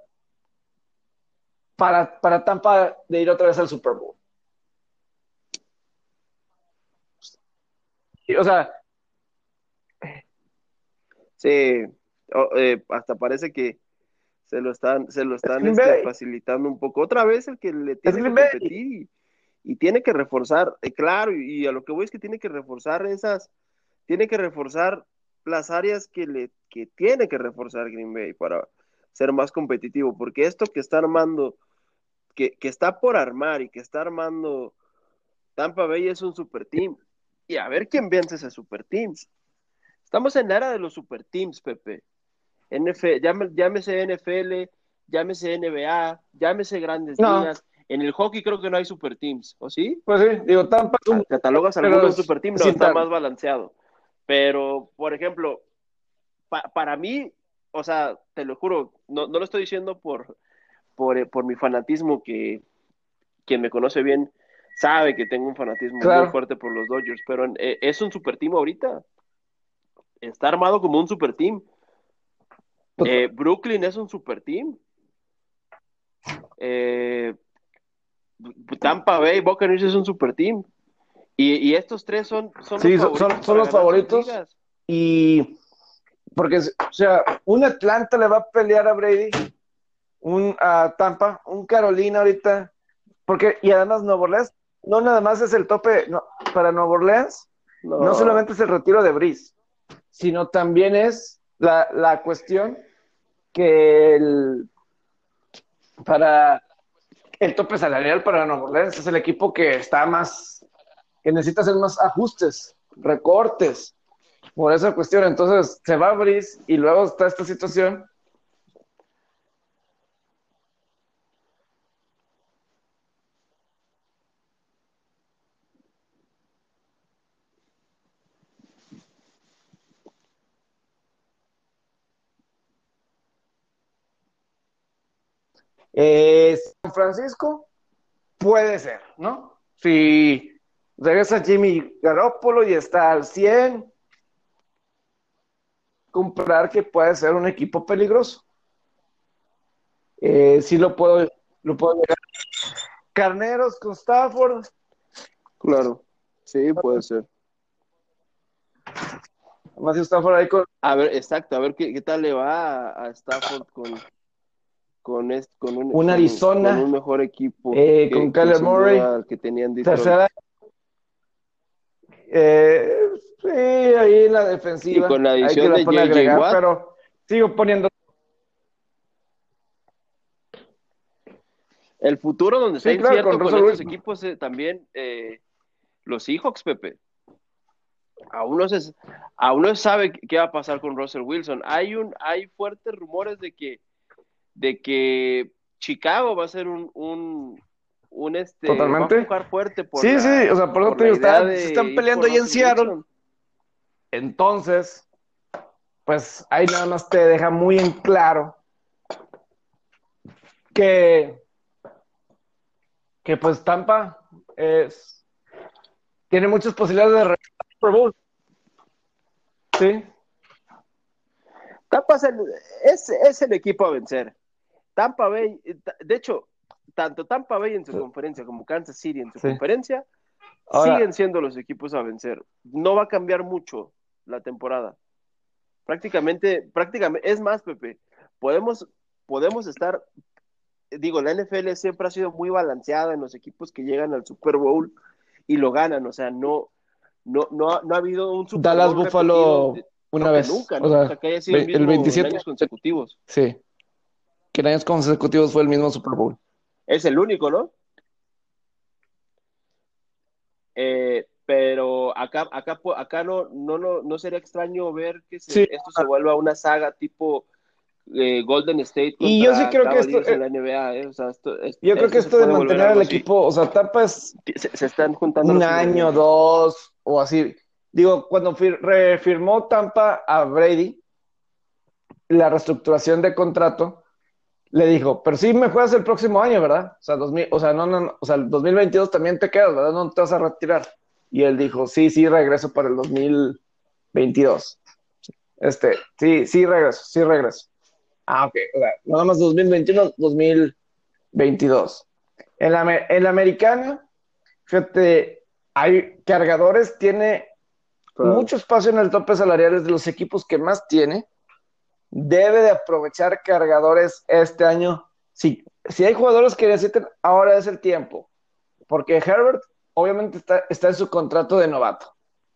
para Tampa de ir otra vez al Super Bowl. O sea, Sí, hasta parece que se lo es están Green Bay, facilitando un poco. Otra vez el que le es tiene que Green Bay. competir y tiene que reforzar, claro, y a lo que voy es que tiene que reforzar las áreas que tiene que reforzar Green Bay para ser más competitivo, porque esto que está armando, que está por armar y que está armando Tampa Bay es un super team. Y a ver quién vence ese super team. Estamos en la era de los super teams, Pepe. Llámese NFL, llámese NBA, llámese Grandes No, Ligas. En el hockey creo que no hay super teams, ¿o sí? pues sí, digo, Tampa es un, ¿Catalogas pero alguno un super team? No, sin está tan. más balanceado. Pero, por ejemplo, para mí, o sea, te lo juro, no lo estoy diciendo por mi fanatismo, que quien me conoce bien sabe que tengo un fanatismo muy Claro. fuerte por los Dodgers, pero es un super team ahorita. Está armado como un super team. Brooklyn es un super team. Eh, Tampa Bay Buccaneers es un super team. Y estos tres son los Sí, favoritos son para los ganar sus favoritos. ligas. Y porque, o sea, un Atlanta le va a pelear a Brady, un a Tampa, un Carolina ahorita, porque, y además Nuevo Orleans, no nada más es el tope, no, para Nuevo Orleans, no No, solamente es el retiro de Breeze, sino también es la cuestión que para el tope salarial para Nuevo Orleans es el equipo que está más, que necesita hacer más ajustes, recortes. por esa cuestión. Entonces se va Brice y luego está esta situación. San Francisco puede ser, ¿no? Si regresa Jimmy Garoppolo y está al 100, comprar que puede ser un equipo peligroso. Sí lo puedo llegar. Carneros con Stafford. Claro, sí, puede ser. Matthew Stafford ahí con A ver, exacto, a ver qué tal le va a Stafford un con un Arizona, mejor equipo con que Kyler sin Murray. duda el que tenía en Detroit. Tercera, sí, ahí en la Y con defensiva. la Hay que adición la de pone a J.J. agregar, Watt, pero sigo poniendo. el futuro donde está Sí, claro, con incierto con Russell estos Wilson. equipos también los Seahawks, Pepe. Aún no se, aún no se sabe qué va a pasar con Russell Wilson. Hay fuertes rumores de que Chicago va a ser va a Totalmente. empujar fuerte Sí, sí, o sea, por eso por te la digo, idea se de están ir peleando por ahí en Russell Seattle. Wilson. Entonces, pues ahí nada más te deja muy en claro que, que pues Tampa es, tiene muchas posibilidades de regresar al Super Bowl. Sí, Tampa es el equipo a vencer. Tampa Bay, de hecho, tanto Tampa Bay en su conferencia como Kansas City en su sí. conferencia siguen Ahora, siendo los equipos a vencer. No va a cambiar mucho la temporada. Prácticamente, es más, Pepe, podemos, podemos estar, digo, la NFL siempre ha sido muy balanceada en los equipos que llegan al Super Bowl y lo ganan, o sea, no ha habido un Super Dallas Bowl repetido, Buffalo una creo que vez, nunca, o ¿no? O sea, sea, que haya sido el el mismo en 27, años consecutivos. sí, que en años consecutivos fue el mismo Super Bowl. Es el único, ¿no? Pero acá no sería extraño ver que Sí, esto se vuelva una saga tipo Golden State y yo sí contra creo que Cavaliers en la NBA, ¿eh? O sea, yo creo que esto se esto de puede volver mantener algo al así. equipo, o sea, Tampa es Se están juntando un los año, ingredientes. dos, o así. Digo, cuando refirmó Tampa a Brady, la reestructuración de contrato, le dijo, pero sí me juegas el próximo año, ¿verdad? O sea, 2000, o sea, no, o sea, el 2022 también te quedas, ¿verdad? No te vas a retirar. Y él dijo, sí, sí, regreso para el 2022. Sí, sí, regreso, sí, regreso. Ah, ok, o sea, nada más 2021, 2022. En la americana, fíjate, hay cargadores, tiene Claro, mucho espacio en el tope salarial, es de los equipos que más tiene. Debe de aprovechar cargadores este año. Si hay jugadores que necesiten, ahora es el tiempo. Porque Herbert obviamente está en su contrato de novato.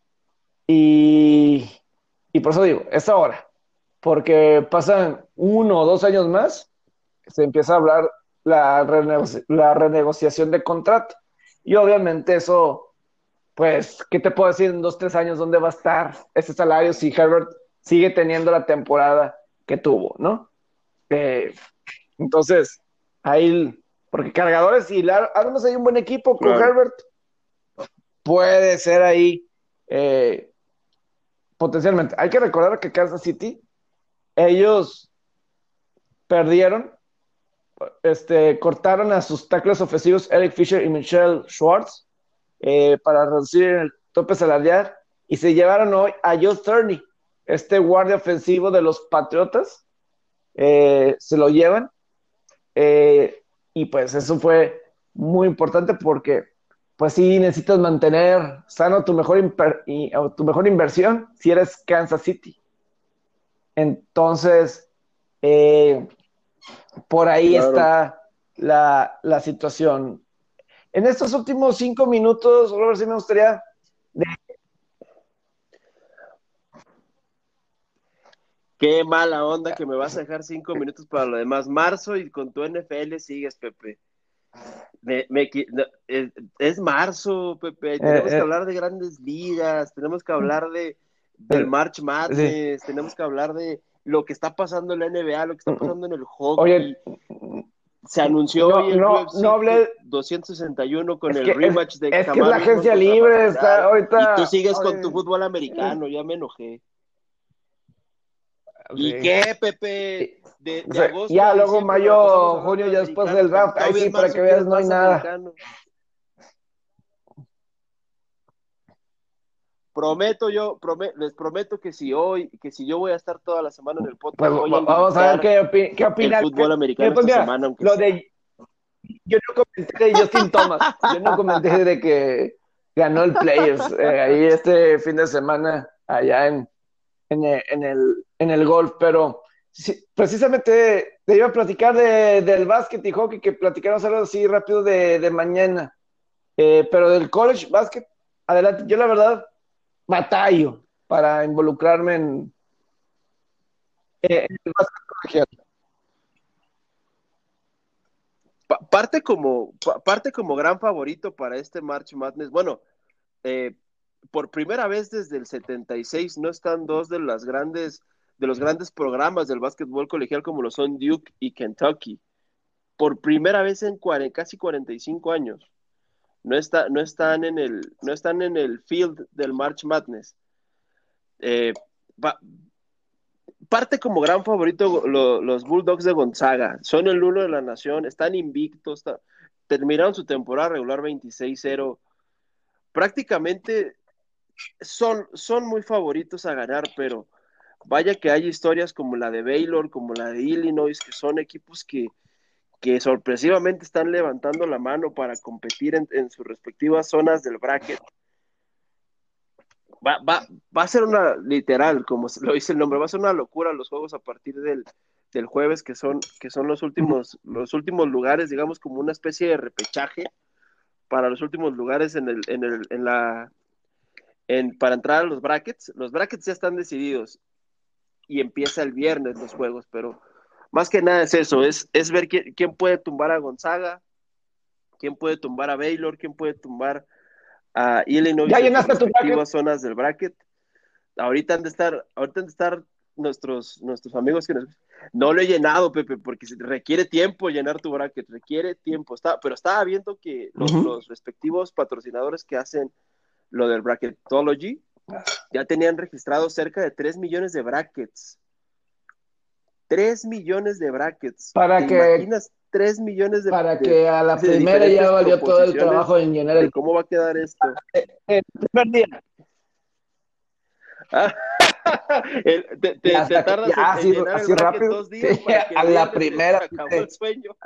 Y, y por eso digo, es ahora. Porque pasan 1 o 2 años más, se empieza a hablar la renegociación de contrato. Y obviamente eso, pues, ¿qué te puedo decir en 2, 3 años dónde va a estar ese salario si Herbert sigue teniendo la temporada que tuvo, ¿no? Eh, entonces, ahí, porque cargadores y armas hay un buen equipo con claro. Herbert, puede ser ahí potencialmente. Hay que recordar que Kansas City, ellos perdieron, cortaron a sus tackles ofensivos Eric Fisher y Michelle Schwartz para reducir el tope salarial y se llevaron hoy a Joe Thurney, este guardia ofensivo de los Patriotas, se lo llevan y pues eso fue muy importante porque pues sí necesitas mantener sano tu mejor inversión si eres Kansas City. Entonces, eh, por ahí Claro. está la situación. En estos últimos 5 minutos, Robert, sí me gustaría. Qué mala onda que me vas a dejar 5 minutos para lo demás. Marzo y con tu NFL sigues, Pepe. No, es marzo, Pepe. Eh, Tenemos que eh, hablar de grandes ligas. Tenemos que hablar de del March Sí. Madness, tenemos que hablar de lo que está pasando en la NBA, lo que está pasando en el Oye, hockey. Se anunció no, hoy el no, no UFC hablé, 261 con es el que rematch de es que es la Kamaru Usman agencia contra libre, está Masvidal, y tú ahorita, sigues con tu oye, fútbol americano, ya me enojé. ¿Y sí. qué, Pepe? Y- o De sea, agosto ya a luego diciembre nos la pasamos mayo, hablando junio, de ya después americano, del draft, ahí todavía sí, en para marzo que veas, quieres no hay más nada. americano. Prometo yo, les prometo que si yo voy a estar toda la semana en el Pues podcast, voy a vamos a ver limitar qué el opina. fútbol Que, americano pues esta mira, semana, aunque lo sea. de, yo no comenté de Justin Thomas, yo no comenté de que ganó el Players ahí este fin de semana allá en el golf, pero sí, precisamente te iba a platicar del básquet y hockey, que platicamos algo así rápido de mañana. Pero del college basket, adelante, yo la verdad batallo para involucrarme en el básquet colegial. Parte como gran favorito para este March Madness. Bueno, eh, por primera vez desde el 76 no están dos de los grandes programas del básquetbol colegial como lo son Duke y Kentucky. Por primera vez en casi 45 años. No están en el field del March Madness. Eh, pa, parte como gran favorito los Bulldogs de Gonzaga. Son el uno de la nación, están invictos, terminaron su temporada regular 26-0. Prácticamente son muy favoritos a ganar, pero vaya que hay historias como la de Baylor, como la de Illinois, que son equipos que sorpresivamente están levantando la mano para competir en sus respectivas zonas del bracket. Va, va, va a ser una, literal, como lo dice el nombre, va a ser una locura los juegos a partir del jueves, que son los últimos lugares, digamos, como una especie de repechaje para los últimos lugares para entrar a los brackets. Los brackets ya están decididos y empieza el viernes los juegos, pero más que nada es eso, es ver quién puede tumbar a Gonzaga, quién puede tumbar a Baylor, quién puede tumbar a ¿Ya Illinois en sus llenaste tu bracket? respectivas zonas del bracket. Ahorita han de estar nuestros amigos que nos... No lo he llenado, Pepe, porque requiere tiempo llenar tu bracket, requiere tiempo. Pero estaba viendo que los respectivos patrocinadores que hacen lo del Bracketology ya tenían registrados cerca de 3 millones de brackets. 3 millones de brackets. ¿Te Para que, imaginas 3 millones para que a la de primera ya diferentes valió todo el proposiciones trabajo en llenar de cómo va a quedar esto? el primer día. Ah, Y te hasta que, tardas ya en así, llenar el así bracket rápido, 2 días sí, para que a el la viernes se primera. acabó el sueño.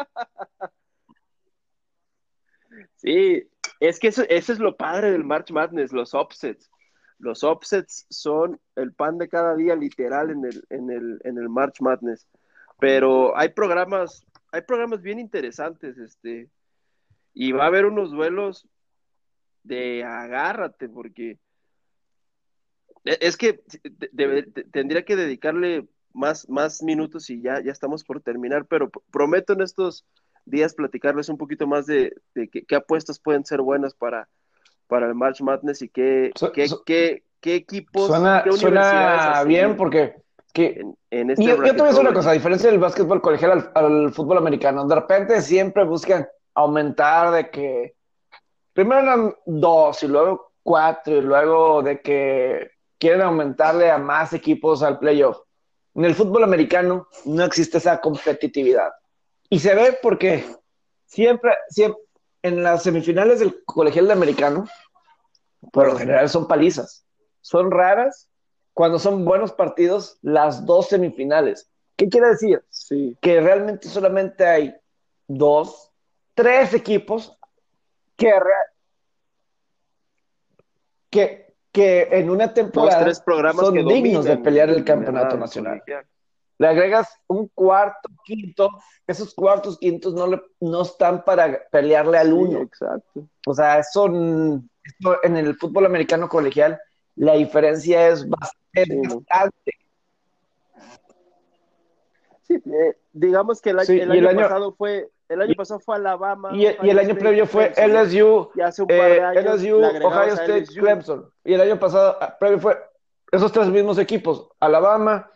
Sí, es que eso es lo padre del March Madness, los upsets. Los upsets son el pan de cada día, literal, en el March Madness. Pero hay programas bien interesantes, y va a haber unos duelos de agárrate, porque es que tendría que dedicarle más minutos y ya estamos por terminar, pero prometo en estos días platicarles un poquito más de qué apuestas pueden ser buenas para el March Madness y Su- su- qué equipos, qué universidades a suena bien seguir porque que, en y este yo te voy a decir una cosa, a bracketology. diferencia del básquetbol colegial al fútbol americano, de repente siempre buscan aumentar de que primero eran dos y luego cuatro y luego de que quieren aumentarle a más equipos al playoff. En el fútbol americano no existe esa competitividad. Y se ve porque siempre en las semifinales del colegial de americano, por lo general son palizas. Son raras cuando son buenos partidos las dos semifinales. ¿Qué quiere decir? Sí, Que realmente solamente hay dos, tres equipos que, que en una tres temporada programas que son dignos de dominan pelear el en campeonato verdad el nacional. colegial. Le agregas un cuarto, quinto, esos cuartos, quintos no están para pelearle al Sí, uno. exacto. O sea, eso en el fútbol americano colegial, la diferencia es Sí, bastante ¿no? grande. Sí, digamos que Sí, el año y, pasado fue Alabama, y el Ohio año State, previo fue Clemson, ¿no? LSU, Y hace un par de años le LSU, Ohio agregabas a State, LSU. Clemson. Y el año pasado, previo fue esos tres mismos equipos, Alabama.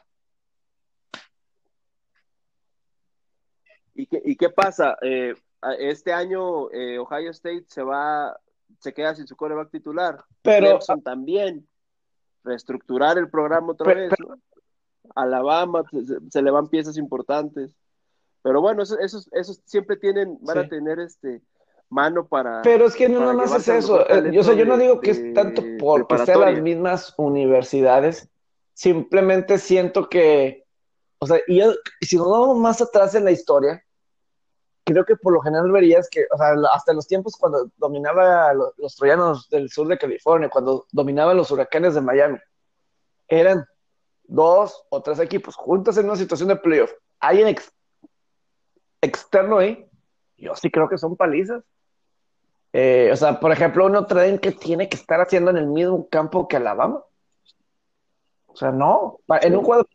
¿Y qué pasa? Este año Ohio State se queda sin su quarterback titular. Pero, Clemson también. Reestructurar el programa otra pe- vez, ¿no? Alabama se le van piezas importantes. Pero bueno, esos siempre van a sí. tener mano Pero es que no para nomás es llevarse al mejor eso. O sea, talento yo no digo que es tanto de porque sean las preparatoria. mismas universidades. Simplemente siento que, o sea, y si nos vamos más atrás en la historia, creo que por lo general verías que, o sea, hasta en los tiempos cuando dominaba los troyanos del sur de California, cuando dominaban los huracanes de Miami, eran dos o tres equipos juntos en una situación de playoff. Hay en externo ahí, yo sí creo que son palizas. O sea, por ejemplo, uno traen que tiene que estar haciendo en el mismo campo que Alabama. O sea, no. En un Sí. juego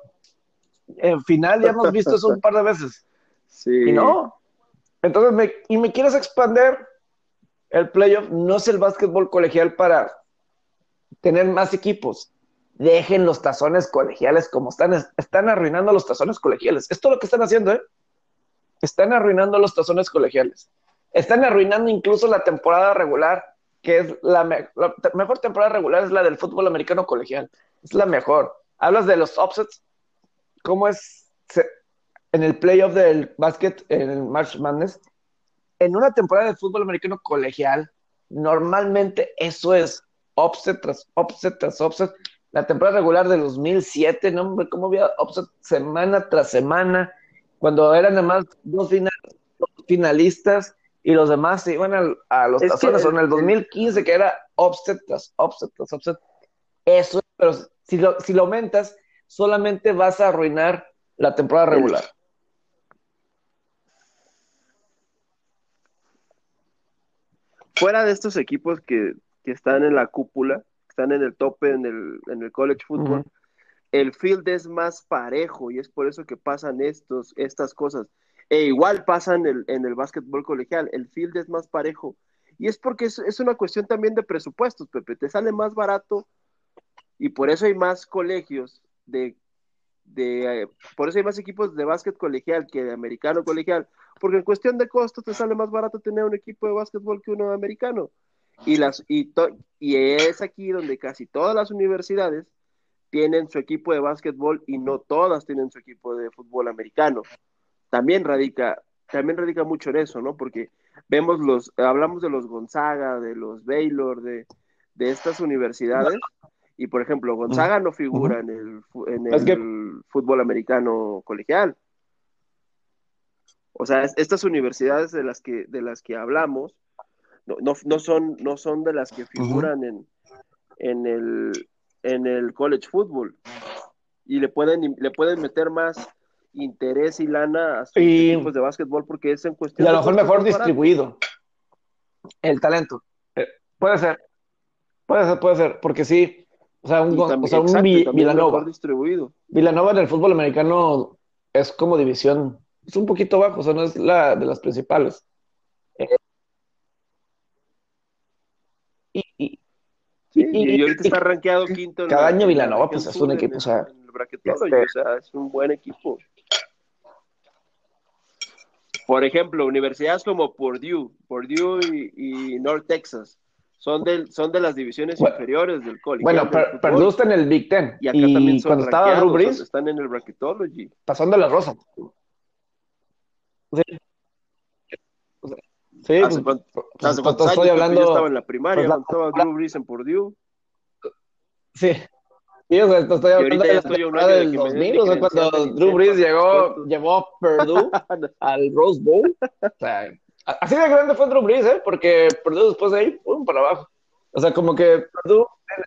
en final ya hemos visto eso un par de veces. Y Sí. no. Entonces, me quieres expander el playoff. No es el básquetbol colegial para tener más equipos. Dejen los tazones colegiales como están. Están arruinando los tazones colegiales. Esto es lo que están haciendo, ¿eh? Están arruinando los tazones colegiales. Están arruinando incluso la temporada regular, que es la mejor temporada regular es la del fútbol americano colegial. Es la mejor. Hablas de los offsets, cómo es en el playoff del básquet, en el March Madness. En una temporada de fútbol americano colegial, normalmente eso es offset tras offset tras offset. La temporada regular de 2007, ¿no? ¿Cómo había offset semana tras semana? Cuando eran nada más dos finalistas y los demás se iban a los Es que tazones, o en el 2015 que era offset tras offset tras offset. Eso, pero si lo aumentas, solamente vas a arruinar la temporada el, regular. fuera de estos equipos que están en la cúpula, que están en el tope en el college Uh-huh. football, el field es más parejo y es por eso que pasan estas cosas. E igual pasa en el básquetbol colegial, el field es más parejo. Y es porque es una cuestión también de presupuestos, Pepe. Te sale más barato y por eso hay más colegios por eso hay más equipos de básquet colegial que de americano colegial, porque en cuestión de costos te sale más barato tener un equipo de básquetbol que uno de americano. Y es aquí donde casi todas las universidades tienen su equipo de básquetbol y no todas tienen su equipo de fútbol americano. También radica mucho en eso, ¿no? Porque hablamos de los Gonzaga, de los Baylor, de estas universidades, y por ejemplo, Uh-huh. Gonzaga no Uh-huh. figura en Es que, el fútbol americano colegial. O sea, estas universidades de las que hablamos no son de las que uh-huh. figuran en el college football. Y le pueden meter más interés y lana a sus y, equipos de básquetbol porque es en y cuestión a lo de mejor costos mejor más barato. distribuido el talento. Puede ser, puede ser, porque sí, Y o también, sea, exacto, y también mejor Villanova. distribuido. Villanova en el fútbol americano es como división, es un poquito bajo, o sea, no es la de las principales. Eh, y, y, Sí, y, y ahorita y está rankeado quinto en cada la, año en la Villanova, pues región es un sur en equipo, o el, sea, en el bracketology, este, o sea, es un buen equipo. Por ejemplo, universidades como Purdue y North Texas son de las divisiones bueno, inferiores del colegial bueno, del Purdue fútbol. está en el Big Ten, Y acá también y son cuando estaba Drew rankeados, Brees, están en el bracketology. pasando la rosa. Sí, o sea, sí, ¿Hace, cuánto- pues, hace cuántos estoy años, Pepe? Yo estaba hablando, en la pues primaria la cuando estaba Drew Brees en Purdue. sí, sí, o sea, te estoy Y hablando ahorita de ya la estoy a un temporada año de del que me den 2000, mi o sea, credencial del cuando Drew INSEP Brees para los puestos. llevó a Purdue al Rose Bowl. O sea, así de grande fue Drew Brees, ¿eh? Porque Purdue después de ahí, pum, para abajo. O sea, como que Purdue,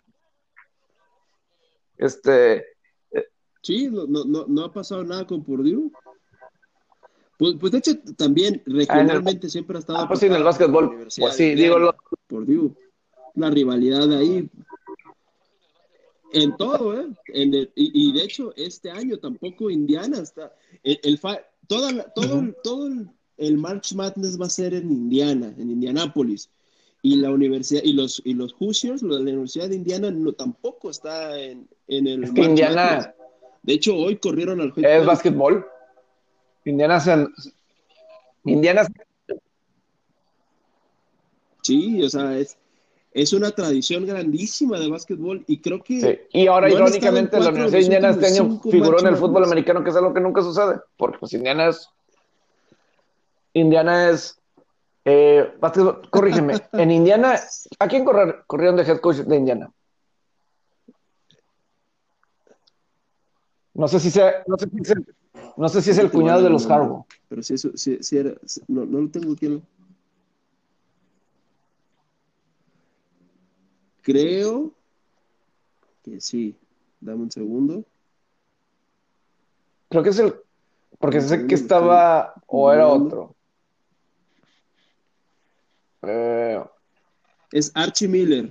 este, eh, Sí, no ha pasado nada con Purdue. Pues de hecho, también en el, regionalmente siempre ha estado pues sí, en el apartada por la básquetbol, pues Universidad de sí, digo, Indiana, Purdue. La rivalidad de ahí, en todo, ¿eh? Y de hecho, este año tampoco Indiana está. Todo el March Madness va a ser en Indiana, en Indianápolis. Y la universidad, y los Hoosiers, la Universidad de Indiana, no, tampoco está en el Es que March Madness. Indiana De hecho, hoy corrieron al head es coach. básquetbol. Indiana Indiana Sí, o sea, es una tradición grandísima de básquetbol y creo sí. que Y ahora, no han estado en irónicamente, la 4 de Universidad de los Indiana este últimos año 5 figuró March en el fútbol Madness. americano, que es algo que nunca sucede, porque pues Indiana es básquetbol. Corrígeme, en Indiana, ¿a quién corrieron de head coach de Indiana? No sé si es Ahorita el te voy a cuñado dar de el los nombre, Harbaugh. pero sí era, no, no lo tengo aquí. Creo que sí. Dame un segundo. Creo que es porque Dame un sé que segundo, lo estoy estaba, o era googleando. otro. Eh, Es Archie Miller.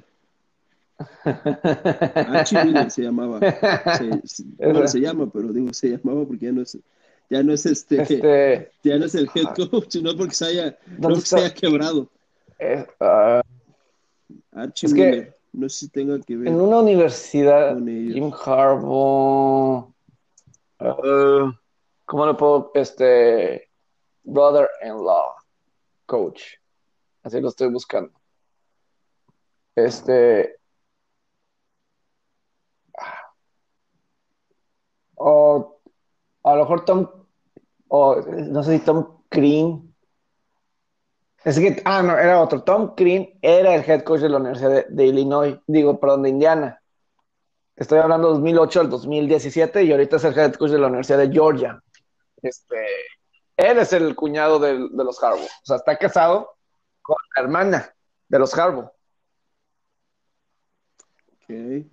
Archie Miller se llamaba. Bueno, se Ese, llama, pero digo se llamaba porque ya no es este, ya no es el head coach, no porque no ¿dónde porque se está? haya quebrado. Eh, ah, Archie es que Miller, no sé si tenga que en ver una universidad, con Jim ellos. Harbaugh, ¿cómo le puedo, brother-in-law, coach? Así lo estoy buscando. Este, o a lo mejor o no sé si Tom Crean. Es que, no, era otro. Tom Crean era el head coach de la Universidad de Illinois, digo, perdón, de Indiana. Estoy hablando de 2008 al 2017 y ahorita es el head coach de la Universidad de Georgia. Este, Él es el cuñado de los Harbaugh. O sea, está casado con la hermana de los Harbaugh. Ok,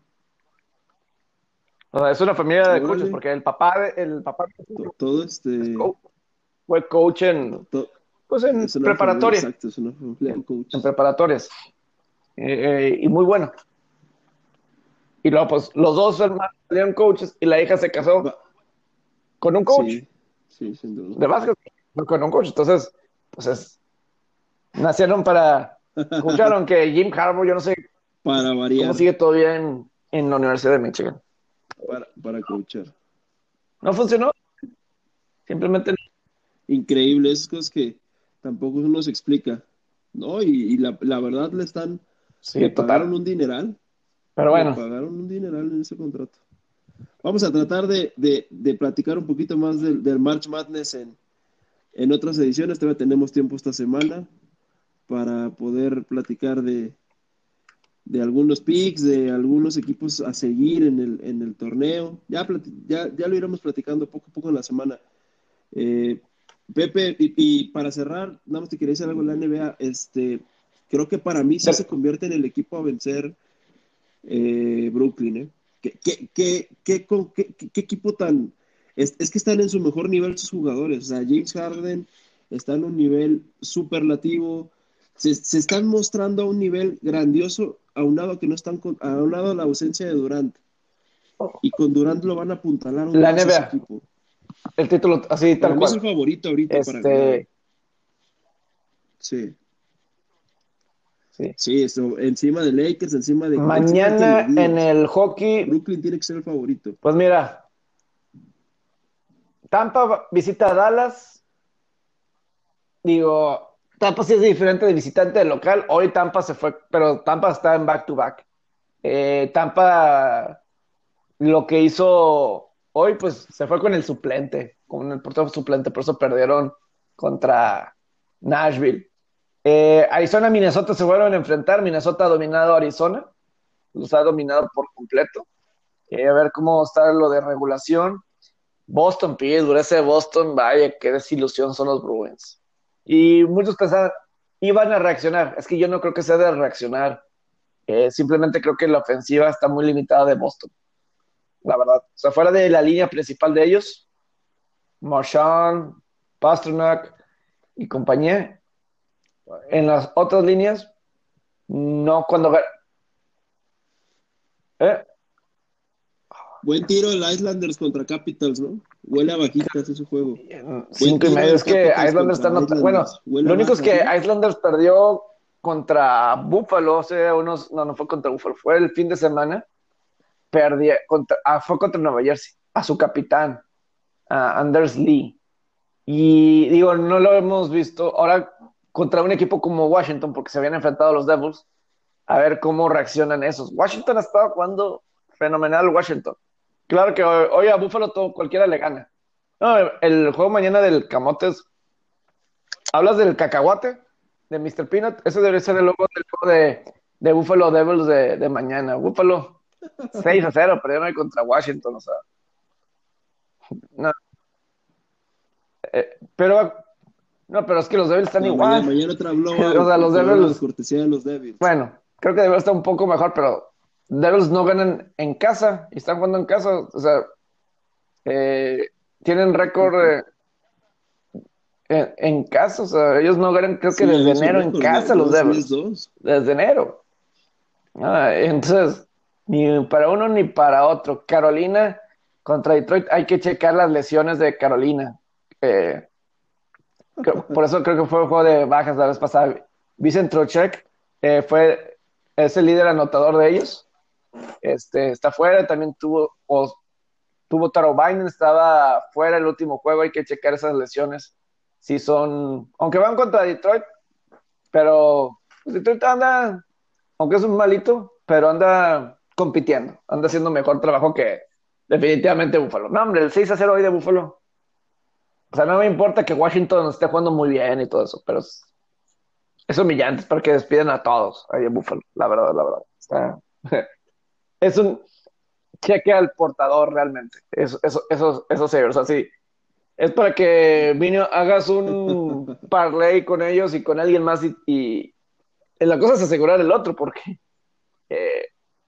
O sea, es una familia de coaches órale. porque el papá Todo es fue coach to- en, to- pues en es una familia, preparatoria, exacto, es una familia de en coaches. preparatorias. Y muy bueno. Y luego, pues, los dos hermanos salieron coaches y la hija se casó Va, con un coach sí, sí, sin duda. de básquet, no con un coach. Entonces, pues nacieron escucharon que Jim Harbaugh, yo no sé Para cómo variar, sigue todavía en la Universidad de Michigan. para coachar. No funcionó, simplemente no. Increíble, esas cosas que tampoco uno se explica, ¿no? Y la verdad Sí, le pagaron total. un dineral, Pero le bueno, pagaron un dineral en ese contrato. Vamos a tratar de platicar un poquito más del March Madness en otras ediciones. Todavía tenemos tiempo esta semana para poder platicar de algunos picks, de algunos equipos a seguir en el torneo. Ya lo iremos platicando poco a poco en la semana. Eh, Pepe, y para cerrar, nada más te quería decir algo en la NBA. Creo que para mí sí se convierte en el equipo a vencer Brooklyn, ¿eh? ¿Qué equipo tan... Es que están en su mejor nivel sus jugadores. O sea, James Harden está en un nivel superlativo. Se están mostrando a un nivel grandioso, aunado a que no están aunado a la ausencia de Durant. Y con Durant lo van a apuntalar aún la más ese NBA, equipo. el título así Para tal mí es el cual. favorito ahorita para ganar, ¿eh? Este, Sí. sí. Sí, encima de Lakers, encima de quien me Mañana en digas. el hockey, Brooklyn tiene que ser el favorito. pues mira, Tampa visita a Dallas. Digo, Tampa sí es diferente de visitante de local. Hoy Tampa se fue, pero Tampa está en back-to-back. Tampa lo que hizo hoy, pues se fue con el suplente, con el portero suplente, por eso perdieron contra Nashville. Arizona y Minnesota se fueron a enfrentar. Minnesota ha dominado a Arizona, los ha dominado por completo. A ver cómo está lo de regulación. Boston, Pittsburgh, ese Boston, vaya, qué desilusión son los Bruins. Y muchos pensaban, iban a reaccionar. Es que yo no creo que sea de reaccionar. Simplemente creo que la ofensiva está muy limitada de Boston, la verdad. O sea, fuera de la línea principal de ellos, Marchand, Pasternak y compañía, en las otras líneas, no cuando... ¿eh? Buen tiro el Islanders contra Capitals, ¿no? Huele a bajitas ese juego. Buen Cinco y tiro medio. el Es que Capitals Islanders está contra bueno, Islanders. Huele lo a único es bajas, que ¿no? Islanders perdió contra Buffalo, o sea, no fue contra Buffalo, fue el fin de semana, fue contra Nueva Jersey, a su capitán, a Anders Lee. Y digo, no lo hemos visto ahora contra un equipo como Washington, porque se habían enfrentado a los Devils, a ver cómo reaccionan esos. Washington ha estado jugando fenomenal, Washington. Claro que hoy a Buffalo cualquiera le gana. No, el juego mañana del Camotes, ¿hablas del cacahuate? De Mr. Peanut, ese debería ser el logo del juego de Buffalo Devils de mañana. Buffalo 6-0, perdieron contra Washington, o sea, no, pero no, pero es que los Devils están No, igual. mañana otra O blowout, sea, los por la Devils, cortesía de los Devils. bueno, creo que Devils está un poco mejor, pero Devils no ganan en casa y están jugando en casa. O sea, eh, tienen récord en casa. O sea, ellos no ganan, creo que Sí, ya desde vi su enero en récord, casa los Devils. 10-2. Desde enero. Entonces, ni para uno ni para otro. Carolina contra Detroit, hay que checar las lesiones de Carolina. Eh, por eso creo que fue el juego de bajas la vez pasada. Vicent Trocheck es el líder anotador de ellos. Está fuera, también tuvo Taro Biden, estaba fuera el último juego, hay que checar esas lesiones. Si son, aunque van contra Detroit, pero pues, Detroit anda, aunque es un malito, pero anda compitiendo, anda haciendo mejor trabajo que definitivamente Buffalo. No, hombre, el 6-0 hoy de Buffalo. O sea, no me importa que Washington esté jugando muy bien y todo eso, pero es humillante, es para que despiden a todos ahí en Buffalo, la verdad, la verdad. Es un cheque al portador realmente. Eso sí, o sea, sí. Es para que Vino hagas un parlay con ellos y con alguien más y la cosa es asegurar el otro, porque eh,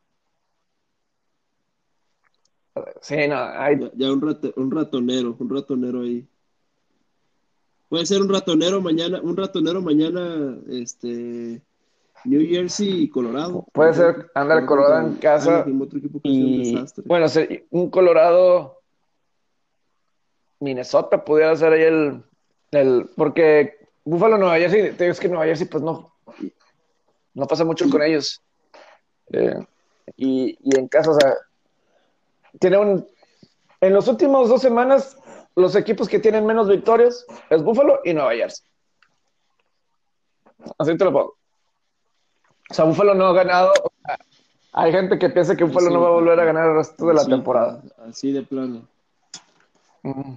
sí, no, Ya un ratonero ahí. Puede ser un ratonero mañana, New Jersey y Colorado, por puede ejemplo. ser andar Jugar contra Colorado en el casa Anaheim, otro equipo que ha sido un y desastre. bueno, un Colorado Minnesota pudiera ser ahí porque Buffalo Nueva Jersey, te digo es que Nueva Jersey pues no pasa mucho con ellos. Eh, y en casa, o sea, tiene en los últimos 2 semanas, los equipos que tienen menos victorias es Buffalo y Nueva Jersey. Así te lo pongo. O sea, Buffalo no ha ganado. Hay gente que piensa que Buffalo no va a volver a ganar el resto de la Así, temporada. así de plano. Mm,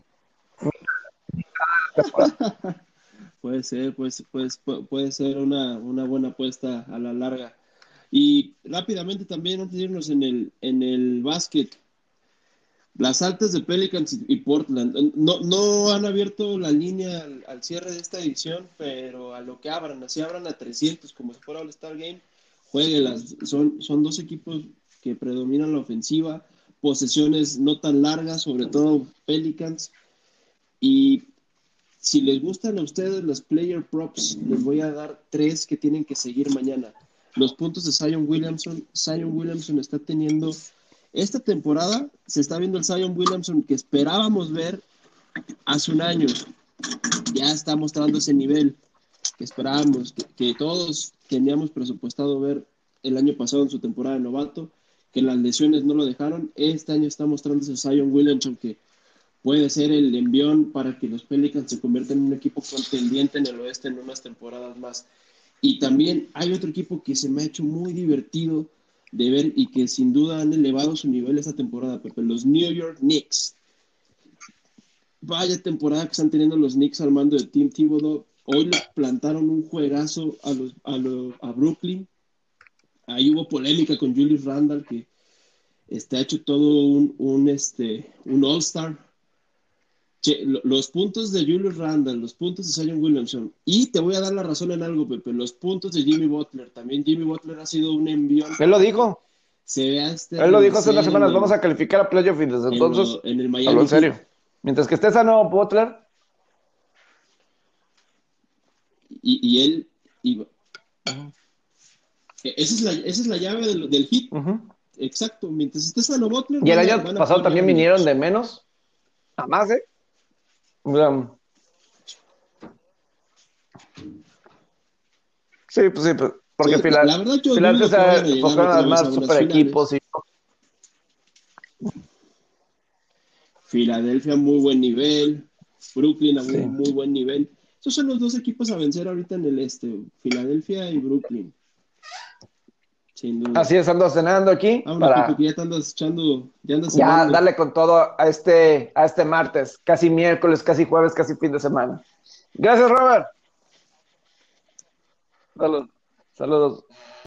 Puede ser una buena apuesta a la larga. Y rápidamente también, antes de irnos en el básquet, las altas de Pelicans y Portland no han abierto la línea al cierre de esta edición, pero a lo que abran, así abran a 300 como si fuera All-Star Game, jueguelas. Son dos equipos que predominan la ofensiva, posesiones no tan largas, sobre todo Pelicans. Y si les gustan a ustedes los player props, les voy a dar 3 que tienen que seguir mañana. Los puntos de Zion Williamson. Zion Williamson está teniendo esta temporada, se está viendo el Zion Williamson que esperábamos ver hace un año. Ya está mostrando ese nivel que esperábamos, que todos teníamos presupuestado ver el año pasado en su temporada de novato, que las lesiones no lo dejaron. Este año está mostrando ese Zion Williamson que puede ser el envión para que los Pelicans se conviertan en un equipo contendiente en el oeste en unas temporadas más. Y también hay otro equipo que se me ha hecho muy divertido de ver y que sin duda han elevado su nivel esta temporada, Pepe, los New York Knicks. Vaya temporada que están teniendo los Knicks al mando de Tim Thibodeau. Hoy le plantaron un juegazo a Brooklyn. Ahí hubo polémica con Julius Randle, que ha hecho todo un All-Star. Los puntos de Julius Randle, los puntos de Zion Williamson, y te voy a dar la razón en algo, Pepe, los puntos de Jimmy Butler. También Jimmy Butler ha sido un envión él lo para que dijo. se vea Él lo dijo hace unas renacer semanas. Vamos a calificar a playoff y desde entonces en el habló Miami en Heat. serio. Mientras que esté sano Butler. Y él. Esa es la llave del Heat. Exacto. Mientras esté sano Butler, Y el año van a pasado poder también llegar vinieron lejos. de menos a más, ¿eh? O sea, pues, porque Sí, la verdad yo dudo Filadelfia que vayan a se llegar enfocaron a otra vez armar a unas super equipos finales. y Filadelfia, muy buen nivel. Brooklyn, a sí. muy buen nivel. Esos son los dos equipos a vencer ahorita en el este, Filadelfia y Brooklyn, sin duda. Así es, ando cenando aquí Vámonos, Pepe, para que ya te andas echando, ya andas ya cenando. darle con todo a este martes, casi miércoles, casi jueves, casi fin de semana. Gracias, Robert. Saludos. Saludos.